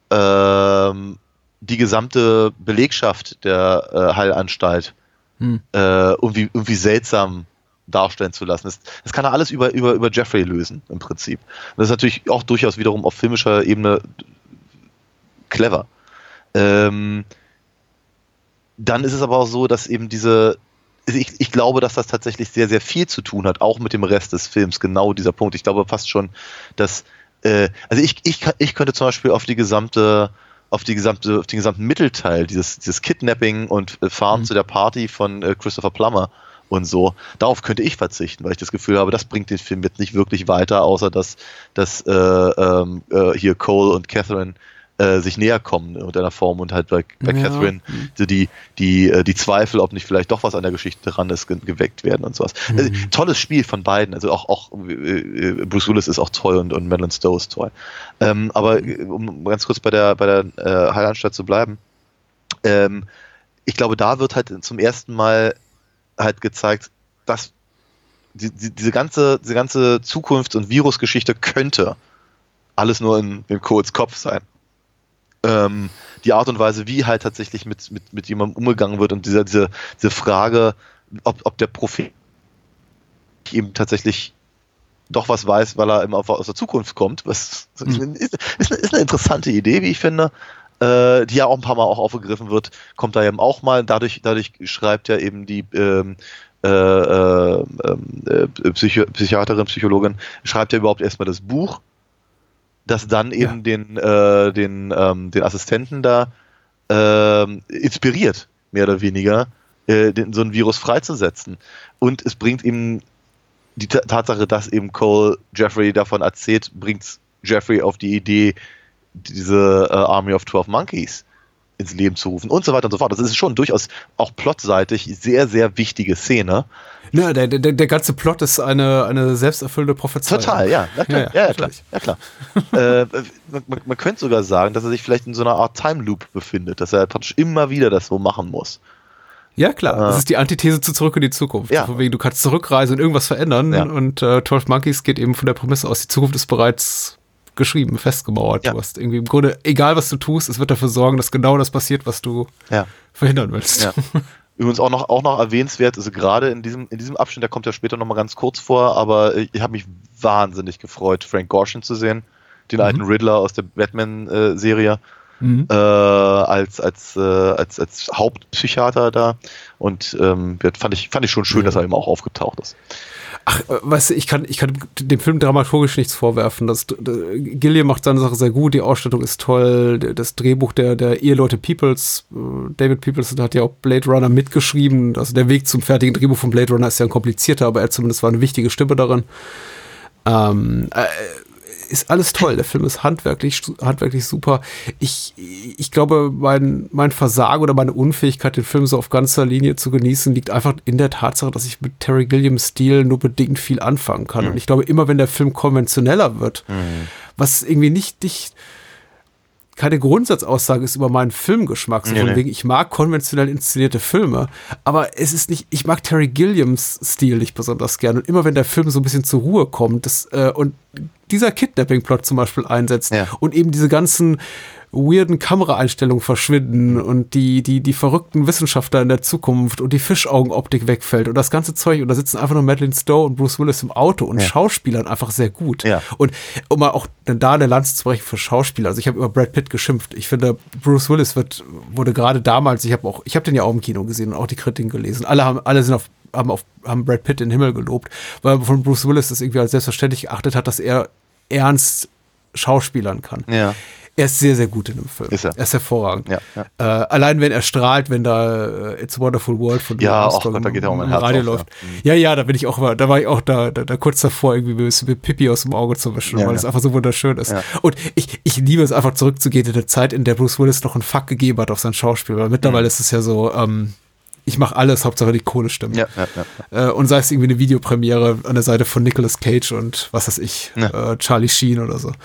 die gesamte Belegschaft der Heilanstalt irgendwie seltsam darstellen zu lassen. Das kann er alles über Jeffrey lösen, im Prinzip. Und das ist natürlich auch durchaus wiederum auf filmischer Ebene clever. Dann ist es aber auch so, dass eben ich glaube, dass das tatsächlich sehr, sehr viel zu tun hat, auch mit dem Rest des Films, genau dieser Punkt. Ich glaube fast schon, dass also ich könnte zum Beispiel auf den gesamten Mittelteil, dieses Kidnapping und Fahren zu der Party von Christopher Plummer und so, darauf könnte ich verzichten, weil ich das Gefühl habe, das bringt den Film jetzt nicht wirklich weiter, außer dass hier Cole und Catherine sich näher kommen in irgendeiner Form und halt bei Catherine so die Zweifel, ob nicht vielleicht doch was an der Geschichte dran ist, geweckt werden und sowas. Also, tolles Spiel von beiden, also auch Bruce Willis ist auch toll und Madeline Stowe ist toll. Aber um ganz kurz bei der Heilanstalt zu bleiben, ich glaube, da wird halt zum ersten Mal halt gezeigt, dass diese ganze Zukunfts- und Virusgeschichte könnte alles nur in Coles Kopf sein. Die Art und Weise, wie halt tatsächlich mit jemandem umgegangen wird und diese Frage, ob der Prophet eben tatsächlich doch was weiß, weil er eben aus der Zukunft kommt, was ist eine interessante Idee, wie ich finde, die ja auch ein paar Mal auch aufgegriffen wird, kommt da eben auch mal, dadurch schreibt ja eben die Psychiaterin, Psychologin, schreibt ja überhaupt erstmal das Buch, das dann eben den Assistenten da inspiriert, mehr oder weniger, so ein Virus freizusetzen. Und es bringt ihm die Tatsache, dass eben Cole Jeffrey davon erzählt, bringt Jeffrey auf die Idee, diese Army of 12 Monkeys ins Leben zu rufen und so weiter und so fort. Das ist schon durchaus auch plotseitig sehr, sehr wichtige Szene. Ja, der ganze Plot ist eine selbsterfüllende Prophezeiung. Total, ja. Klar. Man könnte sogar sagen, dass er sich vielleicht in so einer Art Time Loop befindet, dass er praktisch immer wieder das so machen muss. Ja, klar. Das ist die Antithese zu Zurück in die Zukunft. Ja. Von wegen, du kannst zurückreisen und irgendwas verändern. Ja. Und 12 Monkeys geht eben von der Prämisse aus, die Zukunft ist bereits geschrieben, festgemauert. Ja. Du hast irgendwie im Grunde, egal was du tust, es wird dafür sorgen, dass genau das passiert, was du verhindern willst. Ja. Übrigens auch noch erwähnenswert, also gerade in diesem Abschnitt, der kommt ja später nochmal ganz kurz vor, aber ich habe mich wahnsinnig gefreut, Frank Gorshin zu sehen, den alten Riddler aus der Batman-Serie, als Hauptpsychiater da, und fand ich schon schön, dass er eben auch aufgetaucht ist. Ach, weißt du, ich kann dem Film dramaturgisch nichts vorwerfen. Gilliam macht seine Sache sehr gut, die Ausstattung ist toll, das Drehbuch der Eheleute Peoples, David Peoples hat ja auch Blade Runner mitgeschrieben, also der Weg zum fertigen Drehbuch von Blade Runner ist ja ein komplizierter, aber er zumindest war eine wichtige Stimme darin. Ist alles toll, der Film ist handwerklich super. Ich glaube, mein Versagen oder meine Unfähigkeit, den Film so auf ganzer Linie zu genießen, liegt einfach in der Tatsache, dass ich mit Terry Gilliams Stil nur bedingt viel anfangen kann. Und ich glaube, immer wenn der Film konventioneller wird, was irgendwie keine Grundsatzaussage ist über meinen Filmgeschmack, so von wegen, ich mag konventionell inszenierte Filme, aber es ist nicht, ich mag Terry Gilliams Stil nicht besonders gern, und immer wenn der Film so ein bisschen zur Ruhe kommt, und dieser Kidnapping-Plot zum Beispiel einsetzt und eben diese ganzen weirden Kameraeinstellungen verschwinden und die verrückten Wissenschaftler in der Zukunft und die Fischaugenoptik wegfällt und das ganze Zeug, und da sitzen einfach nur Madeline Stowe und Bruce Willis im Auto und schauspielern einfach sehr gut. Ja. Und um mal auch da eine Lanze zu brechen für Schauspieler, also ich habe über Brad Pitt geschimpft. Ich finde, Bruce Willis wurde gerade damals, ich habe den ja auch im Kino gesehen und auch die Kritiken gelesen. Alle haben Brad Pitt in den Himmel gelobt, weil von Bruce Willis das irgendwie als selbstverständlich geachtet hat, dass er ernst schauspielern kann. Ja. Er ist sehr, sehr gut in dem Film. Er ist hervorragend. Ja. Allein wenn er strahlt, wenn da It's a Wonderful World von da geht er um mein Herz Radio läuft. Ja, da bin ich auch immer, da war ich auch da kurz davor, irgendwie mit Pippi aus dem Auge zu wischen, weil es einfach so wunderschön ist. Ja. Und ich liebe es einfach zurückzugehen in eine Zeit, in der Bruce Willis noch einen Fuck gegeben hat auf sein Schauspiel, weil mittlerweile ist es ja so, ich mache alles, Hauptsache die Kohle stimmt. Und sei es irgendwie eine Videopremiere an der Seite von Nicolas Cage und was weiß ich, Charlie Sheen oder so.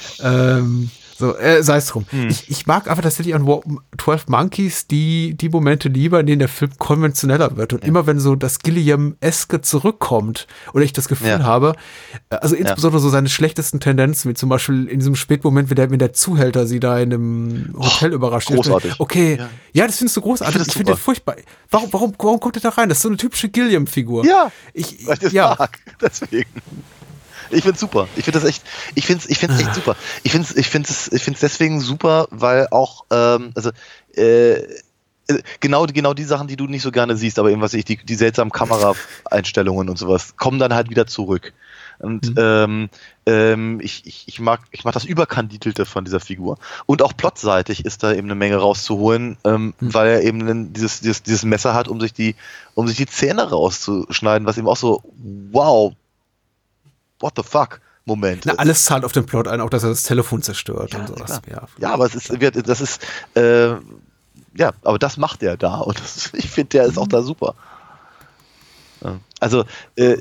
Sei es drum. Ich mag einfach tatsächlich an 12 Monkeys die Momente lieber, in denen der Film konventioneller wird. Und immer wenn so das Gilliam-eske zurückkommt oder ich das Gefühl habe, also insbesondere so seine schlechtesten Tendenzen, wie zum Beispiel in diesem Spätmoment, wenn der Zuhälter sie da in einem Hotel überrascht. Großartig. Okay, ja, das findest du großartig. Ich finde den furchtbar. Warum kommt der da rein? Das ist so eine typische Gilliam-Figur. Ja, weil ich das mag. Deswegen. Ich find's super. Ich finde es echt super. Ich find's deswegen super, weil auch, genau die Sachen, die du nicht so gerne siehst, aber eben, die seltsamen Kameraeinstellungen und sowas, kommen dann halt wieder zurück. Und ich mag das Überkandidelte von dieser Figur. Und auch plotseitig ist da eben eine Menge rauszuholen, weil er eben dieses Messer hat, um sich die Zähne rauszuschneiden, was eben auch so, wow, what the fuck? Moment. Na, alles zahlt auf den Plot ein, auch dass er das Telefon zerstört und sowas. Ja, aber aber das macht er da und ich finde, der ist auch da super. Also,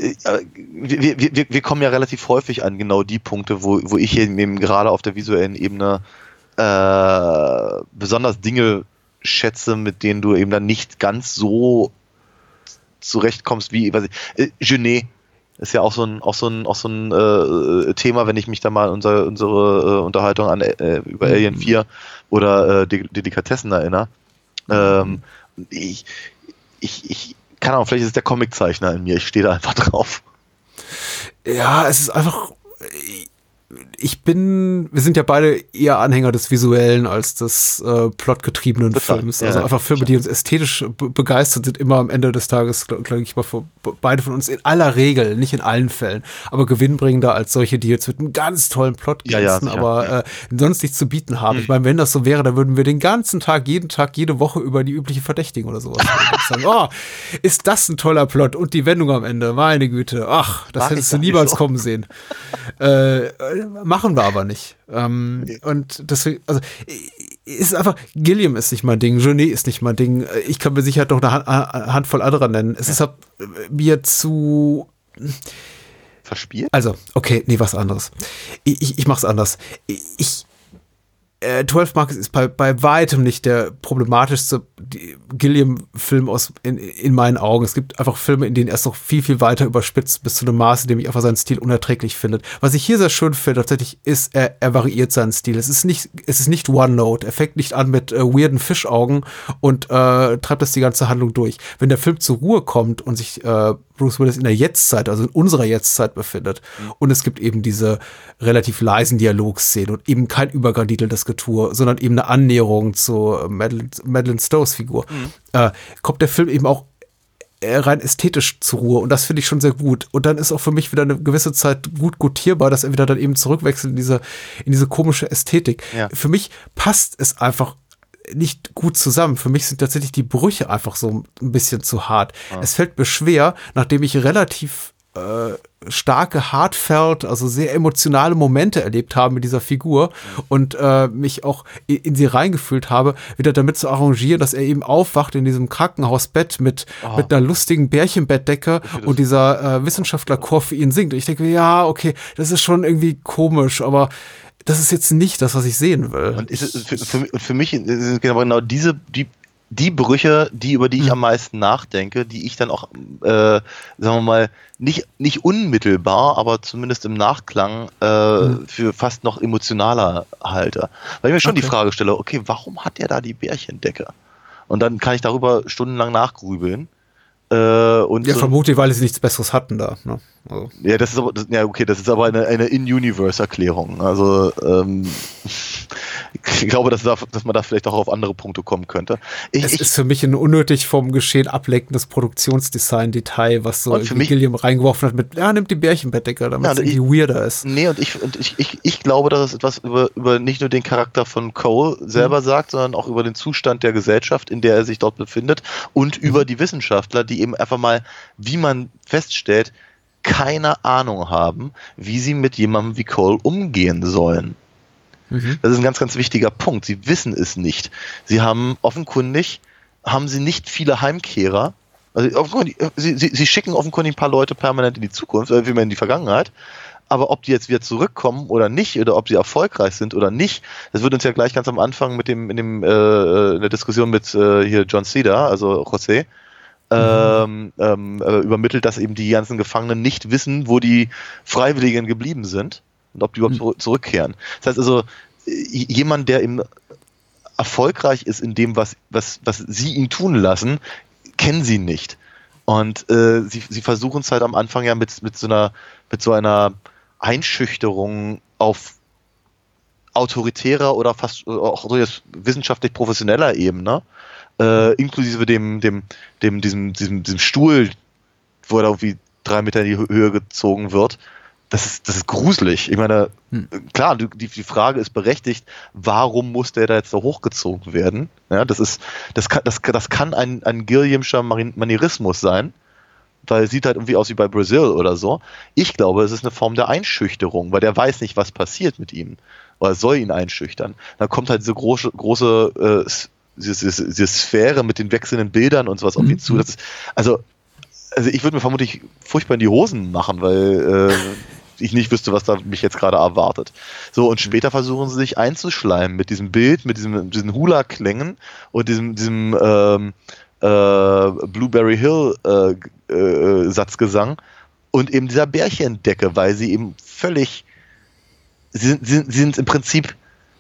wir kommen ja relativ häufig an genau die Punkte, wo ich eben gerade auf der visuellen Ebene besonders Dinge schätze, mit denen du eben dann nicht ganz so zurechtkommst wie, Genet ist ja auch so ein Thema, wenn ich mich da mal an unsere Unterhaltung über Alien 4 oder Delikatessen erinnere. Ich keine Ahnung, vielleicht ist es der Comiczeichner in mir, ich stehe da einfach drauf. Ja, es ist einfach, wir sind ja beide eher Anhänger des Visuellen als des plotgetriebenen Films. Also einfach Filme, die uns ästhetisch begeistern, sind immer am Ende des Tages, glaube ich mal, beide von uns in aller Regel, nicht in allen Fällen, aber gewinnbringender als solche, die jetzt mit einem ganz tollen Plot glänzen, aber sonst nichts zu bieten haben. Ich meine, wenn das so wäre, dann würden wir den ganzen Tag, jede Woche über die übliche Verdächtigen oder sowas reden. Sagen, ist das ein toller Plot und die Wendung am Ende, meine Güte, das hättest du niemals kommen sehen. Machen wir aber nicht. Und deswegen, also ist einfach, Gilliam ist nicht mein Ding, Genet ist nicht mein Ding. Ich kann mir sicher noch eine Handvoll anderer nennen. Es ist mir zu verspielt? Also, okay, nee, was anderes. Ich mach's anders. 12 Monkeys ist bei weitem nicht der problematischste Gilliam-Film in meinen Augen. Es gibt einfach Filme, in denen er es noch viel, viel weiter überspitzt, bis zu einem Maße, in dem ich einfach seinen Stil unerträglich finde. Was ich hier sehr schön finde, tatsächlich, ist, er variiert seinen Stil. Es ist nicht One-Note. Er fängt nicht an mit weirden Fischaugen und treibt das die ganze Handlung durch. Wenn der Film zur Ruhe kommt und sich Bruce Willis in der Jetztzeit, also in unserer Jetztzeit befindet und es gibt eben diese relativ leisen Dialogszenen und eben kein überkandideltes Getue, sondern eben eine Annäherung zu Madeleine Stowe's Figur, kommt der Film eben auch rein ästhetisch zur Ruhe und das finde ich schon sehr gut. Und dann ist auch für mich wieder eine gewisse Zeit gut gutierbar, dass er wieder dann eben zurückwechselt in diese komische Ästhetik. Ja. Für mich passt es einfach nicht gut zusammen. Für mich sind tatsächlich die Brüche einfach so ein bisschen zu hart. Ja. Es fällt mir schwer, nachdem ich relativ starke, heartfelt, also sehr emotionale Momente erlebt habe mit dieser Figur und mich auch in sie reingefühlt habe, wieder damit zu arrangieren, dass er eben aufwacht in diesem Krankenhausbett mit einer lustigen Bärchenbettdecke und dieser Wissenschaftlerchor für ihn singt. Und ich denke, ja, okay, das ist schon irgendwie komisch, aber das ist jetzt nicht das, was ich sehen will. Und für mich sind genau die Brüche, über die ich am meisten nachdenke, die ich dann auch, sagen wir mal, nicht unmittelbar, aber zumindest im Nachklang für fast noch emotionaler halte. Weil ich mir schon die Frage stelle, okay, warum hat der da die Bärchendecke? Und dann kann ich darüber stundenlang nachgrübeln. Vermutlich, weil sie nichts Besseres hatten da. Ne? Also. Ja, das ist aber eine In-Universe-Erklärung. Also ich glaube, dass man da vielleicht auch auf andere Punkte kommen könnte. Es ist für mich ein unnötig vom Geschehen ablenkendes Produktionsdesign-Detail, was so Gilliam reingeworfen hat mit, nimmt die Bärchenbettdecke, damit es irgendwie weirder ist. Nee, und ich glaube, dass es etwas über nicht nur den Charakter von Cole selber sagt, sondern auch über den Zustand der Gesellschaft, in der er sich dort befindet und über die Wissenschaftler, die eben einfach mal, wie man feststellt, keine Ahnung haben, wie sie mit jemandem wie Cole umgehen sollen. Das ist ein ganz, ganz wichtiger Punkt. Sie wissen es nicht. Sie haben nicht viele Heimkehrer. Also sie schicken offenkundig ein paar Leute permanent in die Zukunft, oder vielmehr in die Vergangenheit. Aber ob die jetzt wieder zurückkommen oder nicht, oder ob sie erfolgreich sind oder nicht, das wird uns ja gleich ganz am Anfang in der Diskussion mit hier John Cedar, also José, übermittelt, dass eben die ganzen Gefangenen nicht wissen, wo die Freiwilligen geblieben sind und ob die überhaupt zurückkehren. Das heißt also, jemand, der eben erfolgreich ist in dem, was sie ihn tun lassen, kennen sie nicht. Und sie versuchen es halt am Anfang ja mit so einer Einschüchterung auf autoritärer oder fast auch so jetzt wissenschaftlich professioneller Ebene, inklusive diesem Stuhl, wo er da irgendwie 3 Meter in die Höhe gezogen wird. Das ist gruselig. Ich meine, klar, die Frage ist berechtigt, warum muss der da jetzt so hochgezogen werden? Ja, das kann ein Gilliamscher Manierismus sein. weil es sieht halt irgendwie aus wie bei Brazil oder so. Ich glaube, es ist eine Form der Einschüchterung, weil der weiß nicht, was passiert mit ihm. Oder soll ihn einschüchtern. Dann kommt halt diese große diese Sphäre mit den wechselnden Bildern und sowas auf ihn zu. Das ist, also ich würde mir vermutlich furchtbar in die Hosen machen, weil ich nicht wüsste, was da mich jetzt gerade erwartet. So, und später versuchen sie sich einzuschleimen mit diesem Bild, mit diesen Hula-Klängen und diesem Blueberry Hill Satzgesang und eben dieser Bärchendecke, weil sie eben völlig sie sind im Prinzip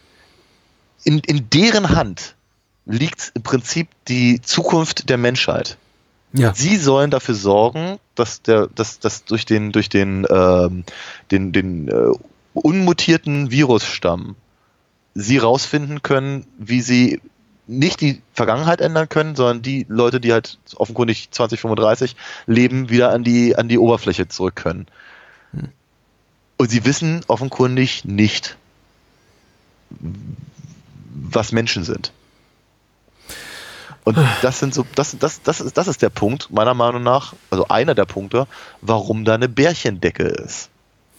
in deren Hand liegt im Prinzip die Zukunft der Menschheit. Ja. Sie sollen dafür sorgen, dass durch den unmutierten Virusstamm sie rausfinden können, wie sie nicht die Vergangenheit ändern können, sondern die Leute, die halt offenkundig 2035 leben, wieder an die Oberfläche zurück können. Und sie wissen offenkundig nicht, was Menschen sind. Und das ist der Punkt, meiner Meinung nach, also einer der Punkte, warum da eine Bärchendecke ist.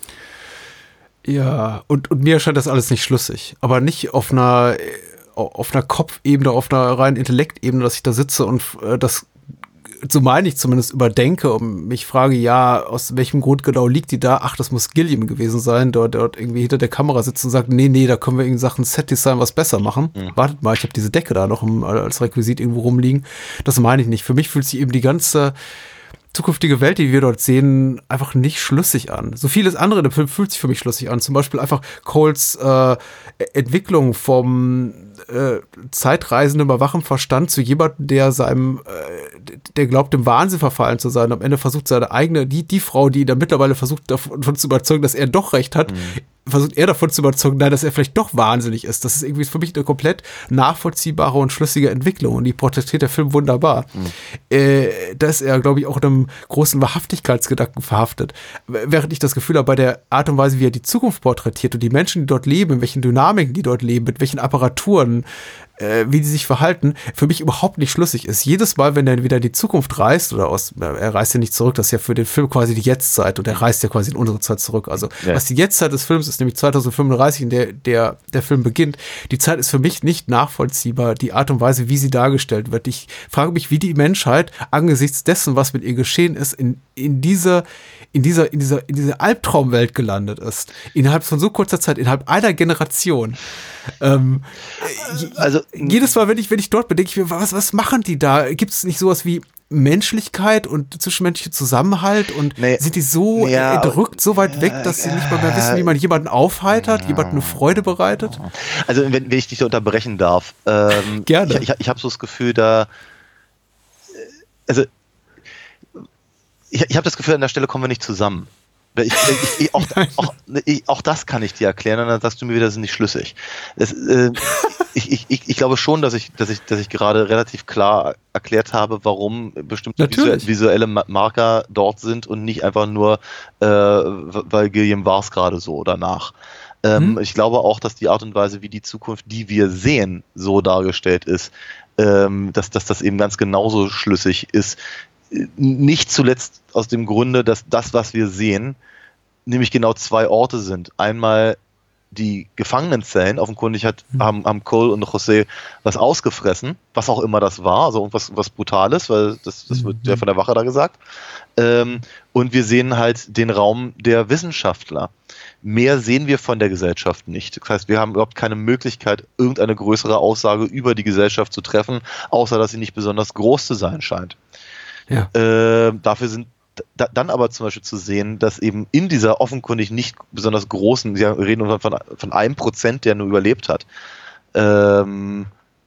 Ja, und mir erscheint das alles nicht schlüssig. Aber nicht auf einer Kopfebene, auf einer reinen Intellektebene, dass ich da sitze und das, so meine ich zumindest, überdenke und mich frage, ja, aus welchem Grund genau liegt die da? Ach, das muss Gilliam gewesen sein, dort irgendwie hinter der Kamera sitzt und sagt, nee, da können wir in Sachen Set-Design was besser machen. Wartet mal, ich habe diese Decke da noch als Requisit irgendwo rumliegen. Das meine ich nicht. Für mich fühlt sich eben die ganze zukünftige Welt, die wir dort sehen, einfach nicht schlüssig an. So vieles andere in dem Film fühlt sich für mich schlüssig an. Zum Beispiel einfach Coles Entwicklung vom zeitreisenden bei wachem Verstand zu jemandem, der der glaubt, dem Wahnsinn verfallen zu sein. Am Ende versucht seine eigene, die Frau, die ihn dann mittlerweile versucht, davon zu überzeugen, dass er doch recht hat, versucht er davon zu überzeugen, nein, dass er vielleicht doch wahnsinnig ist. Das ist irgendwie für mich eine komplett nachvollziehbare und schlüssige Entwicklung und die porträtiert der Film wunderbar. Da ist er, glaube ich, auch in einem großen Wahrhaftigkeitsgedanken verhaftet. Während ich das Gefühl habe, bei der Art und Weise, wie er die Zukunft porträtiert und die Menschen, die dort leben, in welchen Dynamiken die dort leben, mit welchen Apparaturen, wie die sich verhalten, für mich überhaupt nicht schlüssig ist. Jedes Mal, wenn er wieder in die Zukunft reist, er reist ja nicht zurück, das ist ja für den Film quasi die Jetztzeit und er reist ja quasi in unsere Zeit zurück. Also was die Jetztzeit des Films ist, nämlich 2035, in der Film beginnt, die Zeit ist für mich nicht nachvollziehbar, die Art und Weise, wie sie dargestellt wird. Ich frage mich, wie die Menschheit angesichts dessen, was mit ihr geschehen ist, in diese Albtraumwelt gelandet ist. Innerhalb von so kurzer Zeit, innerhalb einer Generation. Also jedes Mal, wenn ich dort bin, denke ich mir, was machen die da? Gibt es nicht sowas wie Menschlichkeit und zwischenmenschliche Zusammenhalt und sind die so entrückt, so weit weg, dass sie nicht mal mehr wissen, wie man jemanden aufheitert, jemanden eine Freude bereitet? Also wenn ich dich da unterbrechen darf, gerne. Ich habe so das Gefühl, ich habe das Gefühl, an der Stelle kommen wir nicht zusammen. Auch das kann ich dir erklären, und dann sagst du mir wieder, das ist nicht schlüssig. Ich glaube schon, dass ich gerade relativ klar erklärt habe, warum bestimmte visuelle Marker dort sind und nicht einfach nur, weil Gilliam war es gerade so danach. Ich glaube auch, dass die Art und Weise, wie die Zukunft, die wir sehen, so dargestellt ist, dass das eben ganz genauso schlüssig ist. Nicht zuletzt aus dem Grunde, dass das, was wir sehen, nämlich genau zwei Orte sind. Einmal die Gefangenenzellen, offenkundig haben Cole und José was ausgefressen, was auch immer das war, also was Brutales, weil das wird ja von der Wache da gesagt. Und wir sehen halt den Raum der Wissenschaftler. Mehr sehen wir von der Gesellschaft nicht. Das heißt, wir haben überhaupt keine Möglichkeit, irgendeine größere Aussage über die Gesellschaft zu treffen, außer dass sie nicht besonders groß zu sein scheint. Ja. Dafür sind dann aber zum Beispiel zu sehen, dass eben in dieser offenkundig nicht besonders großen, wir reden von 1%, der nur überlebt hat, dann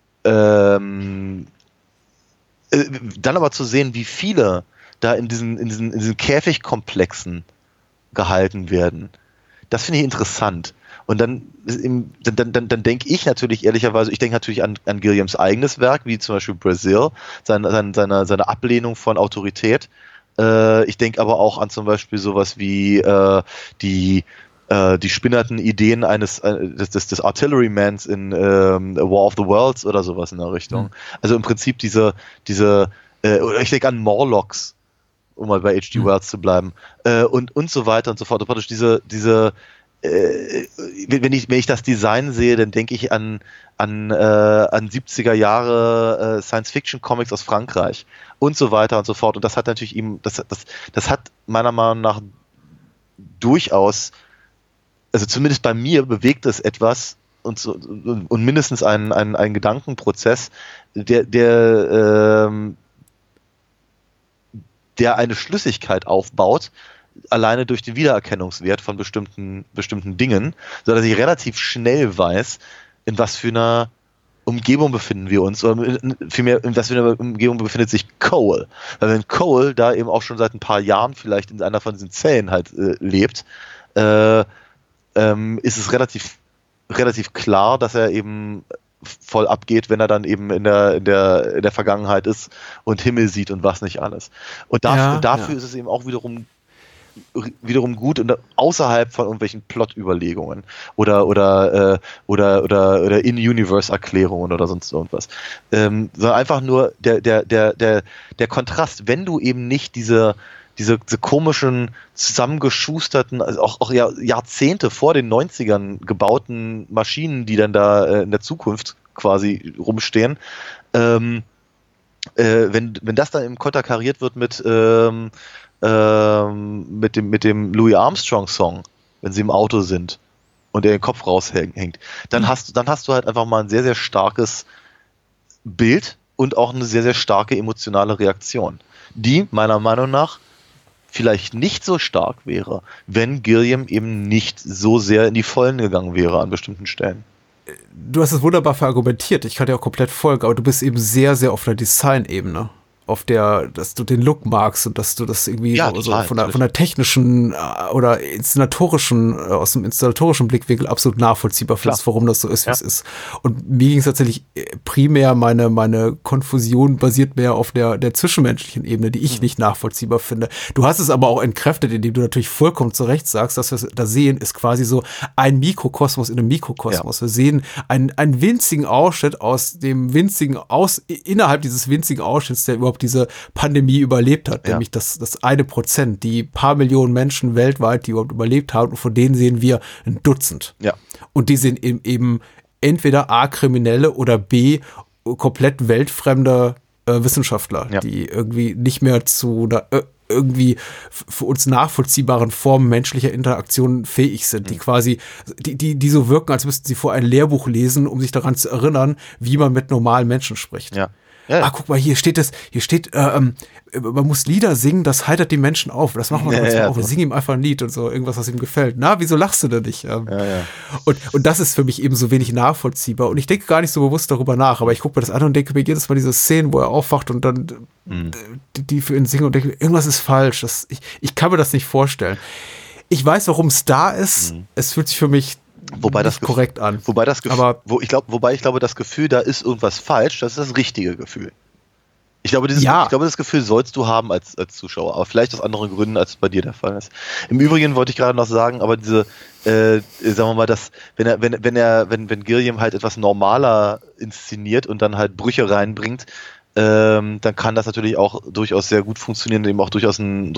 aber zu sehen, wie viele da in diesen Käfigkomplexen gehalten werden, das finde ich interessant. Und dann denke ich natürlich ehrlicherweise, ich denke natürlich an Gilliams eigenes Werk, wie zum Beispiel Brazil, seine Ablehnung von Autorität. Ich denke aber auch an zum Beispiel sowas wie die spinnerten Ideen des Artillerymans in War of the Worlds oder sowas in der Richtung. Also im Prinzip ich denke an Morlocks um mal bei H.G. Wells zu bleiben, und so weiter und so fort. Und praktisch wenn ich das Design sehe, dann denke ich an 70er Jahre Science-Fiction-Comics aus Frankreich und so weiter und so fort. Und das hat natürlich das hat meiner Meinung nach durchaus, also zumindest bei mir bewegt es etwas und mindestens einen Gedankenprozess, der eine Schlüssigkeit aufbaut, alleine durch den Wiedererkennungswert von bestimmten Dingen, sodass ich relativ schnell weiß, in was für einer Umgebung befinden wir uns, oder vielmehr, in was für einer Umgebung befindet sich Cole. Weil wenn Cole da eben auch schon seit ein paar Jahren vielleicht in einer von diesen Zellen halt lebt, ist es relativ klar, dass er eben voll abgeht, wenn er dann eben in der Vergangenheit ist und Himmel sieht und was nicht alles. Und dafür ist es eben auch wiederum gut und außerhalb von irgendwelchen Plot-Überlegungen oder In-Universe-Erklärungen oder sonst irgendwas. Sondern einfach nur der Kontrast, wenn du eben nicht diese komischen, zusammengeschusterten, also auch Jahrzehnte vor den 90ern gebauten Maschinen, die dann da in der Zukunft quasi rumstehen, wenn das dann im konterkariert wird mit dem Louis Armstrong Song, wenn sie im Auto sind und der den Kopf raushängt, dann hast du halt einfach mal ein sehr, sehr starkes Bild und auch eine sehr, sehr starke emotionale Reaktion, die meiner Meinung nach vielleicht nicht so stark wäre, wenn Gilliam eben nicht so sehr in die Vollen gegangen wäre an bestimmten Stellen. Du hast es wunderbar verargumentiert, ich kann dir auch komplett folgen, aber du bist eben sehr, sehr auf der Design-Ebene, auf der, dass du den Look magst und dass du das irgendwie von der technischen oder inszenatorischen, aus dem inszenatorischen Blickwinkel absolut nachvollziehbar findest, warum das so ist, wie es ist. Und mir ging es tatsächlich primär, meine Konfusion basiert mehr auf der zwischenmenschlichen Ebene, die ich nicht nachvollziehbar finde. Du hast es aber auch entkräftet, indem du natürlich vollkommen zu Recht sagst, dass wir da sehen, ist quasi so ein Mikrokosmos in einem Mikrokosmos. Ja. Wir sehen einen winzigen Ausschnitt aus dem innerhalb dieses winzigen Ausschnitts, der überhaupt diese Pandemie überlebt hat, nämlich das 1%, die paar Millionen Menschen weltweit, die überhaupt überlebt haben, und von denen sehen wir ein Dutzend. Ja. Und die sind eben entweder A, Kriminelle oder B, komplett weltfremde Wissenschaftler, die irgendwie nicht mehr zu einer irgendwie für uns nachvollziehbaren Formen menschlicher Interaktion fähig sind, die quasi, die so wirken, als müssten sie vor ein Lehrbuch lesen, um sich daran zu erinnern, wie man mit normalen Menschen spricht. Ja. Ja. Guck mal, hier steht, man muss Lieder singen, das heitert die Menschen auf. Das machen wir auch. Wir singen ihm einfach ein Lied und so, irgendwas, was ihm gefällt. Na, wieso lachst du denn nicht? Und das ist für mich eben so wenig nachvollziehbar. Und ich denke gar nicht so bewusst darüber nach, aber ich gucke mir das an und denke mir jedes Mal diese Szenen, wo er aufwacht und dann die für ihn singen und denke, irgendwas ist falsch. Ich kann mir das nicht vorstellen. Ich weiß, warum es da ist. Es fühlt sich für mich korrekt an. Wobei ich glaube, das Gefühl, da ist irgendwas falsch, das ist das richtige Gefühl. Ich glaube, das Gefühl sollst du haben als Zuschauer, aber vielleicht aus anderen Gründen, als es bei dir der Fall ist. Im Übrigen wollte ich gerade noch sagen, aber diese, sagen wir mal, dass, wenn Gilliam halt etwas normaler inszeniert und dann halt Brüche reinbringt, dann kann das natürlich auch durchaus sehr gut funktionieren, eben auch durchaus ein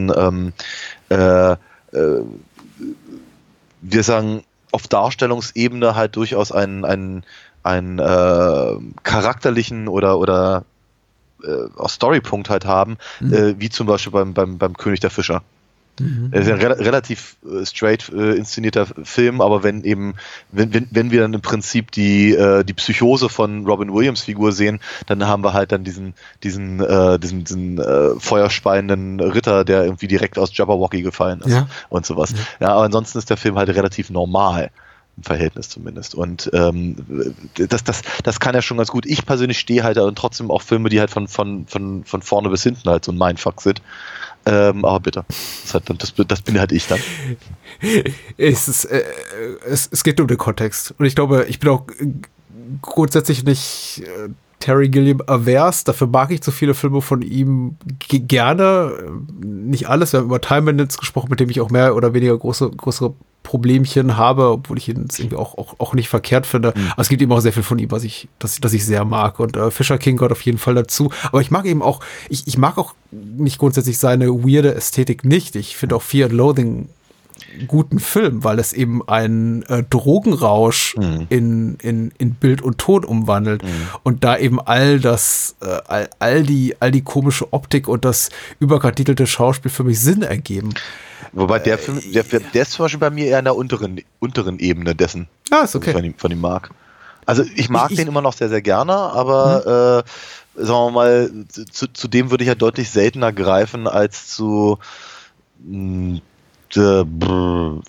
wir sagen, auf Darstellungsebene halt durchaus einen charakterlichen oder auch Storypunkt halt haben, wie zum Beispiel beim König der Fischer. Es ist ein relativ straight inszenierter Film, aber wenn wir dann im Prinzip die Psychose von Robin Williams Figur sehen, dann haben wir halt dann diesen feuerspeienden Ritter, der irgendwie direkt aus Jabberwocky gefallen ist und sowas. Ja, aber ansonsten ist der Film halt relativ normal. Im Verhältnis zumindest. Und das kann ja schon ganz gut. Ich persönlich stehe halt und trotzdem auch Filme, die halt von vorne bis hinten halt so ein Mindfuck sind. Aber bitte. Das bin halt ich dann. Es geht um den Kontext. Und ich glaube, ich bin auch grundsätzlich nicht Terry Gilliam avers. Dafür mag ich so viele Filme von ihm gerne. Nicht alles. Wir haben über Time Bandits gesprochen, mit dem ich auch mehr oder weniger größere Problemchen habe, obwohl ich ihn irgendwie auch nicht verkehrt finde. Aber es gibt eben auch sehr viel von ihm, das ich sehr mag. Und Fisher King gehört auf jeden Fall dazu. Aber ich mag eben auch, ich mag auch nicht grundsätzlich seine weirde Ästhetik nicht. Ich finde auch Fear and Loathing guten Film, weil es eben einen Drogenrausch in Bild und Ton umwandelt und da eben all die komische Optik und das überkatitelte Schauspiel für mich Sinn ergeben. Wobei der Film, der ist zum Beispiel bei mir eher in der unteren Ebene dessen. Ah, ist okay. Von ihm mag. Also ich mag den immer noch sehr, sehr gerne, aber sagen wir mal, zu dem würde ich ja deutlich seltener greifen als zu von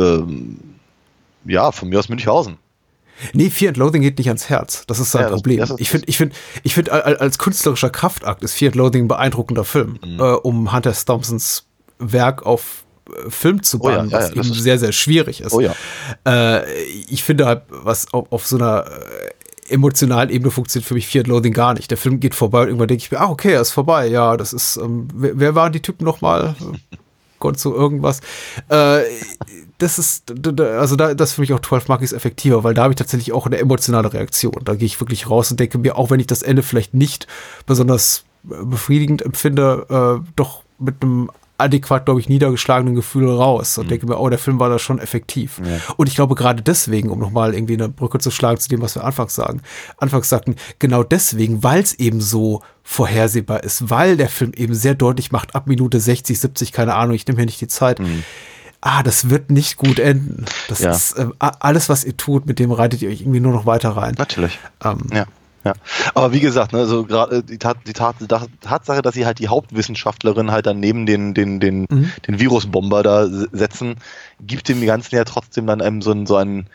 mir aus Münchhausen. Nee, Fear and Loathing geht nicht ans Herz. Das ist sein Problem. Ich finde, als künstlerischer Kraftakt ist Fear and Loathing ein beeindruckender Film, um Hunter S. Thompsons Werk auf Film zu bannen, was eben sehr, sehr schwierig ist. Ich finde halt, was auf so einer emotionalen Ebene funktioniert für mich Fear and Loathing gar nicht. Der Film geht vorbei und irgendwann denke ich mir, okay, er ist vorbei. Ja, das ist, wer waren die Typen nochmal? So irgendwas. Das ist, also das ist für mich auch 12 Monkeys effektiver, weil da habe ich tatsächlich auch eine emotionale Reaktion. Da gehe ich wirklich raus und denke mir, auch wenn ich das Ende vielleicht nicht besonders befriedigend empfinde, doch mit einem adäquat, glaube ich, niedergeschlagenen Gefühl raus und denke mir, der Film war da schon effektiv. Ja. Und ich glaube, gerade deswegen, um nochmal irgendwie eine Brücke zu schlagen zu dem, was wir anfangs sagten, genau deswegen, weil es eben so vorhersehbar ist, weil der Film eben sehr deutlich macht, ab Minute 60, 70, keine Ahnung, ich nehme hier nicht die Zeit, das wird nicht gut enden. Das ist alles, was ihr tut, mit dem reitet ihr euch irgendwie nur noch weiter rein. Natürlich. Ja, aber wie gesagt, ne, so gerade die Tatsache, dass sie halt die Hauptwissenschaftlerin halt dann neben den Virusbomber da setzen, gibt dem Ganzen ja trotzdem dann einem so einen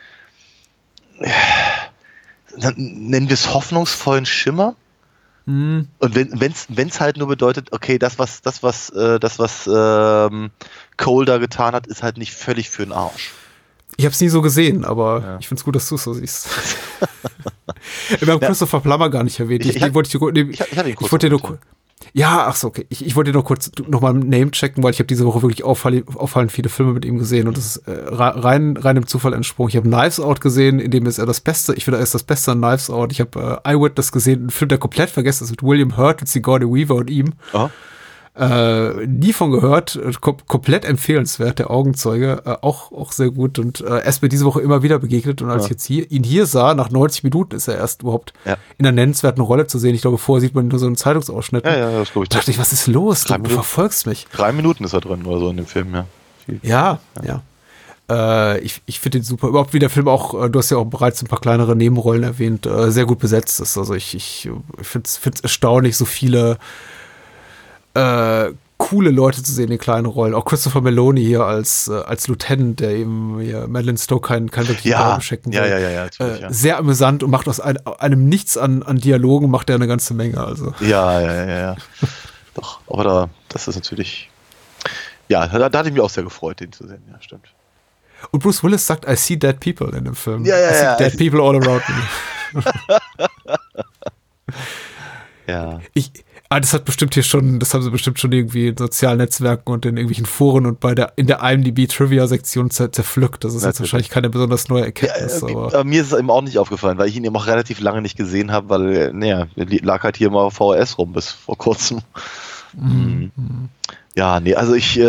nennen wir es hoffnungsvollen Schimmer. Und wenn's halt nur bedeutet, okay, das was Cole da getan hat, ist halt nicht völlig für den Arsch. Ich habe es nie so gesehen, aber ich finde es gut, dass du es so siehst. Wir haben Christopher Plummer gar nicht erwähnt. Ich wollte nur kurz nochmal Name checken, weil ich habe diese Woche wirklich auffallend viele Filme mit ihm gesehen und das ist rein im Zufall entsprungen. Ich habe Knives Out gesehen, in dem ist er das Beste. Ich finde, er ist das Beste an Knives Out. Ich habe Eyewitness gesehen, einen Film, der komplett vergessen ist mit William Hurt und Sigourney Weaver und ihm. Aha. Nie von gehört, komplett empfehlenswert, der Augenzeuge, auch sehr gut und er ist mir diese Woche immer wieder begegnet und als ich jetzt ihn hier sah, nach 90 Minuten ist er erst überhaupt in einer nennenswerten Rolle zu sehen. Ich glaube, vorher sieht man nur so einen Zeitungsausschnitt. Ja, das glaube ich. Da dachte ich, was ist los? Du verfolgst mich. 3 Minuten ist er drin oder so in dem Film, Ja. Ich finde den super. Überhaupt wie der Film auch, du hast ja auch bereits ein paar kleinere Nebenrollen erwähnt, sehr gut besetzt ist. Also ich finde es erstaunlich, so viele coole Leute zu sehen in kleinen Rollen. Auch Christopher Meloni hier als Lieutenant, der eben hier Madeleine Stowe kein wirkliches Glauben schenken will. Sehr amüsant und macht aus einem Nichts an Dialogen, macht er eine ganze Menge. Also. Ja. Doch, aber das ist natürlich, da hatte ich mich auch sehr gefreut, den zu sehen. Ja, stimmt. Und Bruce Willis sagt, I see dead people in dem Film. I see dead people all around me. Ja. Das haben sie bestimmt schon irgendwie in sozialen Netzwerken und in irgendwelchen Foren und in der IMDb-Trivia-Sektion zerpflückt. Das ist jetzt wahrscheinlich keine besonders neue Erkenntnis. Aber mir ist es eben auch nicht aufgefallen, weil ich ihn eben auch relativ lange nicht gesehen habe, weil, lag halt hier mal VHS rum bis vor kurzem. Ja, also ich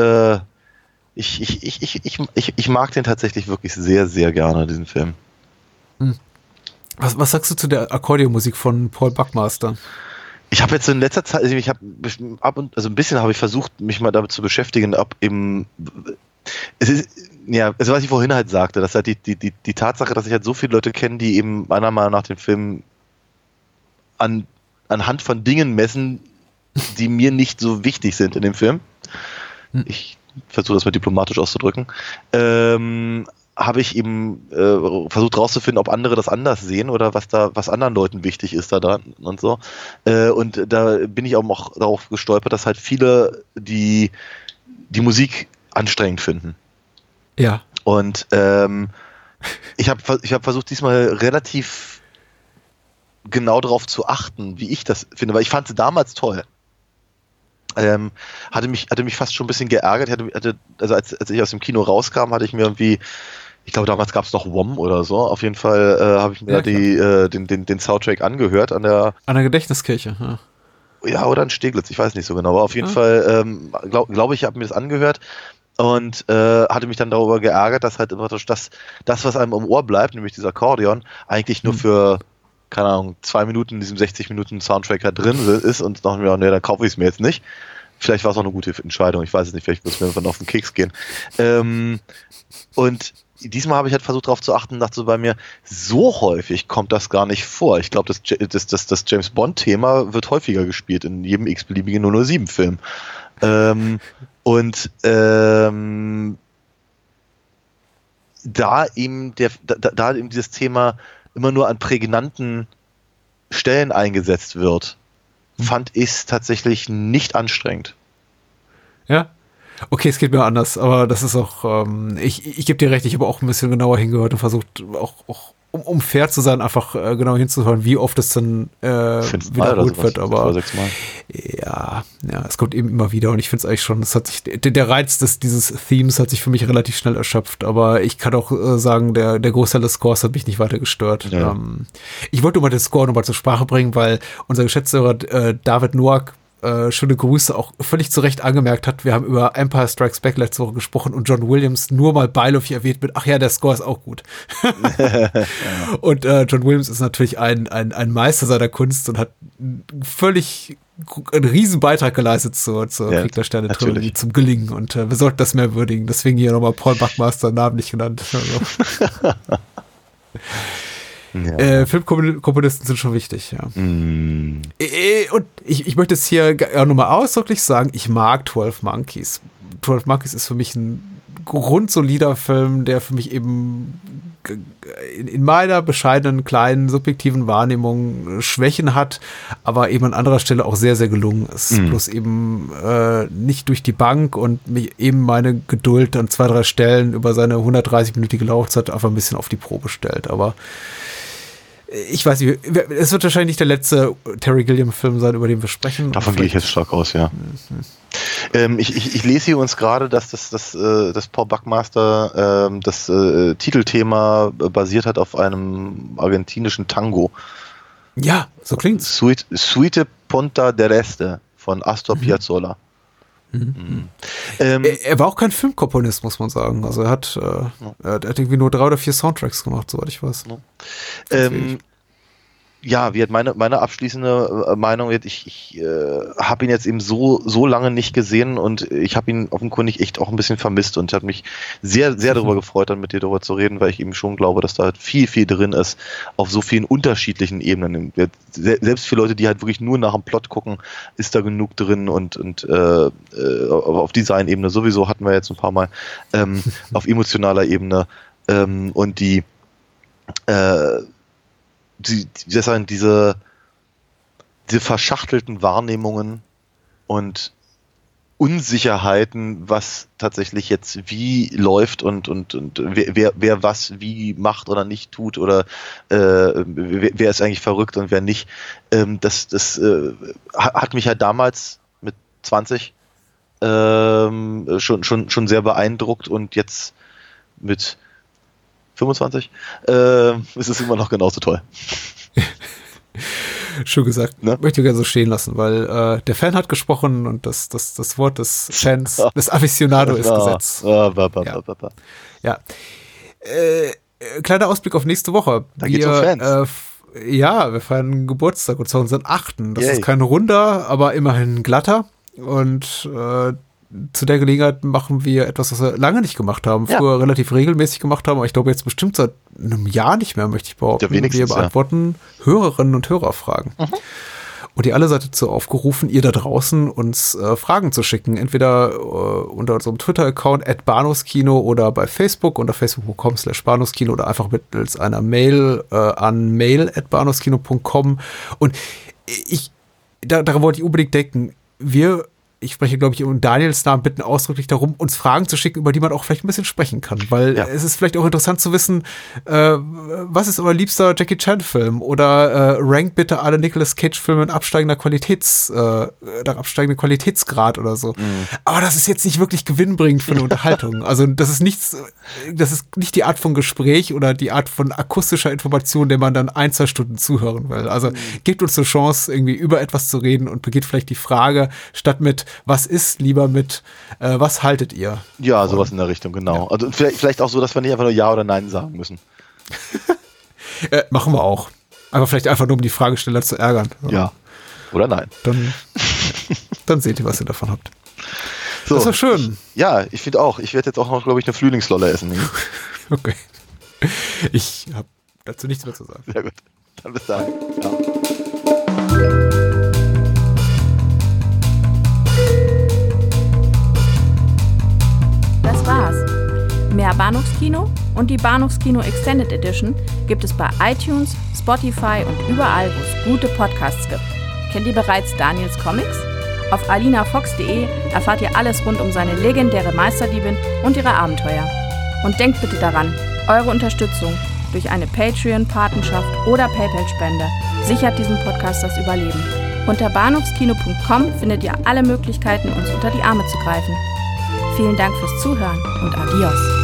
mag den tatsächlich wirklich sehr, sehr gerne, diesen Film. Was sagst du zu der Akkordeonmusik von Paul Buckmaster? Ich habe jetzt in letzter Zeit, ein bisschen habe ich versucht, mich mal damit zu beschäftigen, ob eben, was ich vorhin halt sagte, dass halt die Tatsache, dass ich halt so viele Leute kenne, die eben meiner Meinung nach den Film anhand von Dingen messen, die mir nicht so wichtig sind in dem Film. Ich versuche das mal diplomatisch auszudrücken. Habe ich eben versucht rauszufinden, ob andere das anders sehen oder was anderen Leuten wichtig ist da dran und so. Und da bin ich auch darauf gestolpert, dass halt viele die Musik anstrengend finden. Ja. Und ich hab versucht, diesmal relativ genau darauf zu achten, wie ich das finde, weil ich fand sie damals toll. hatte mich fast schon ein bisschen geärgert. Also als ich aus dem Kino rauskam, hatte ich mir irgendwie, ich glaube damals gab es noch WOM oder so, auf jeden Fall habe ich mir den Soundtrack angehört an der Gedächtniskirche, ja. Ja, oder in Steglitz, ich weiß nicht so genau, aber auf jeden Fall glaube ich, habe mir das angehört und hatte mich dann darüber geärgert, dass halt immer das, was einem im Ohr bleibt, nämlich dieser Akkordeon, eigentlich nur für, keine Ahnung, 2 Minuten in diesem 60 Minuten Soundtrack halt drin ist und dachte mir, nee, dann kaufe ich es mir jetzt nicht. Vielleicht war es auch eine gute Entscheidung, ich weiß es nicht, vielleicht wird es mir irgendwann auf den Keks gehen. Und diesmal habe ich halt versucht darauf zu achten und dachte so bei mir, so häufig kommt das gar nicht vor. Ich glaube, das James Bond-Thema wird häufiger gespielt in jedem x-beliebigen 007-Film. Da eben dieses Thema immer nur an prägnanten Stellen eingesetzt wird, fand ich es tatsächlich nicht anstrengend. Ja? Okay, es geht mir anders, aber das ist auch, ich gebe dir recht, ich habe auch ein bisschen genauer hingehört und versucht auch um fair zu sein, einfach genau hinzuhören, wie oft es dann wiederholt wird, aber ja, es kommt eben immer wieder und ich finde es eigentlich schon, der Reiz dieses Themes hat sich für mich relativ schnell erschöpft, aber ich kann auch sagen, der Großteil des Scores hat mich nicht weiter gestört. Ja. Ich wollte mal den Score nochmal zur Sprache bringen, weil unser Geschäftsführer David Noack, schöne Grüße, auch völlig zu Recht angemerkt hat, wir haben über Empire Strikes Back letzte Woche gesprochen und John Williams nur mal beiläufig erwähnt mit, ach ja, der Score ist auch gut. Und John Williams ist natürlich ein Meister seiner Kunst und hat einen riesen Beitrag geleistet zur Krieg der Sterne-Trilogie, zum Gelingen und wir sollten das mehr würdigen. deswegen hier nochmal Paul Buckmaster namentlich genannt. Ja. Filmkomponisten sind schon wichtig, ja. Und ich möchte es hier auch nochmal ausdrücklich sagen, ich mag 12 Monkeys. 12 Monkeys ist für mich ein grundsolider Film, der für mich eben in meiner bescheidenen, kleinen, subjektiven Wahrnehmung Schwächen hat, aber eben an anderer Stelle auch sehr, sehr gelungen ist. Bloß eben nicht durch die Bank und mich eben meine Geduld an 2, 3 Stellen über seine 130-minütige Laufzeit einfach ein bisschen auf die Probe stellt, aber ich weiß nicht, es wird wahrscheinlich nicht der letzte Terry Gilliam-Film sein, über den wir sprechen. Davon gehe ich jetzt stark aus, ja. Ich lese hier uns gerade, dass das Paul Buckmaster das Titelthema basiert hat auf einem argentinischen Tango. Ja, so klingt's. Suite Ponta del Este von Astor Piazzolla. Er war auch kein Filmkomponist, muss man sagen. Also er hat irgendwie nur 3 oder 4 Soundtracks gemacht, soweit ich weiß. Ja, wie hat meine abschließende Meinung, ich habe ihn jetzt eben so lange nicht gesehen und ich habe ihn offenkundig echt auch ein bisschen vermisst und habe mich sehr, sehr darüber gefreut, dann mit dir darüber zu reden, weil ich eben schon glaube, dass da halt viel, viel drin ist auf so vielen unterschiedlichen Ebenen. Selbst für Leute, die halt wirklich nur nach dem Plot gucken, ist da genug drin und auf Design-Ebene sowieso hatten wir jetzt ein paar Mal, auf emotionaler Ebene und diese verschachtelten Wahrnehmungen und Unsicherheiten, was tatsächlich jetzt wie läuft und wer was wie macht oder nicht tut oder wer ist eigentlich verrückt und wer nicht. Das hat mich halt damals mit 20 schon sehr beeindruckt und jetzt mit 25 ist es immer noch genauso toll. Schön gesagt. Ne? Möchte ich gerne so stehen lassen, weil der Fan hat gesprochen und das Wort des Fans, des Aficionado ist Gesetz. Ja. Kleiner Ausblick auf nächste Woche. Da geht's um Fans. Wir feiern Geburtstag und zwar unseren 8. Das ist kein runder, aber immerhin glatter und zu der Gelegenheit machen wir etwas, was wir lange nicht gemacht haben, früher relativ regelmäßig gemacht haben, aber ich glaube jetzt bestimmt seit einem Jahr nicht mehr, möchte ich behaupten. Wir beantworten Hörerinnen und Hörerfragen. Und ihr alle seid dazu aufgerufen, ihr da draußen uns Fragen zu schicken, entweder unter unserem Twitter-Account @bahnhofskino oder bei Facebook unter facebook.com/bahnhofskino oder einfach mittels einer Mail an mail@bahnhofskino.com. Und daran wollte ich unbedingt denken, wir ich spreche, glaube ich, in Daniels Namen, bitten ausdrücklich darum, uns Fragen zu schicken, über die man auch vielleicht ein bisschen sprechen kann. Weil es ist vielleicht auch interessant zu wissen, was ist euer liebster Jackie Chan-Film? Oder rankt bitte alle Nicolas Cage-Filme in absteigender Qualitätsgrad oder so. Aber das ist jetzt nicht wirklich gewinnbringend für eine Unterhaltung. Also das ist nicht die Art von Gespräch oder die Art von akustischer Information, der man dann 1-2 Stunden zuhören will. Also gebt uns eine Chance, irgendwie über etwas zu reden und begeht vielleicht die Frage, statt mit was ist, lieber mit was haltet ihr? Ja, sowas in der Richtung, genau. Ja. Also vielleicht auch so, dass wir nicht einfach nur Ja oder Nein sagen müssen. Machen wir auch. Aber vielleicht einfach nur, um die Fragesteller zu ärgern. Ja. Oder nein. Dann seht ihr, was ihr davon habt. So. Das war schön. Ja, ich finde auch. Ich werde jetzt auch noch, glaube ich, eine Frühlingslolle essen. Okay. Ich habe dazu nichts mehr zu sagen. Sehr gut. Dann bis dann. Ja. Das war's. Mehr Bahnhofskino und die Bahnhofskino Extended Edition gibt es bei iTunes, Spotify und überall, wo es gute Podcasts gibt. Kennt ihr bereits Daniels Comics? Auf alinafox.de erfahrt ihr alles rund um seine legendäre Meisterdiebin und ihre Abenteuer. Und denkt bitte daran, eure Unterstützung durch eine Patreon-Patenschaft oder PayPal-Spende sichert diesem Podcast das Überleben. Unter bahnhofskino.com findet ihr alle Möglichkeiten, uns unter die Arme zu greifen. Vielen Dank fürs Zuhören und adios.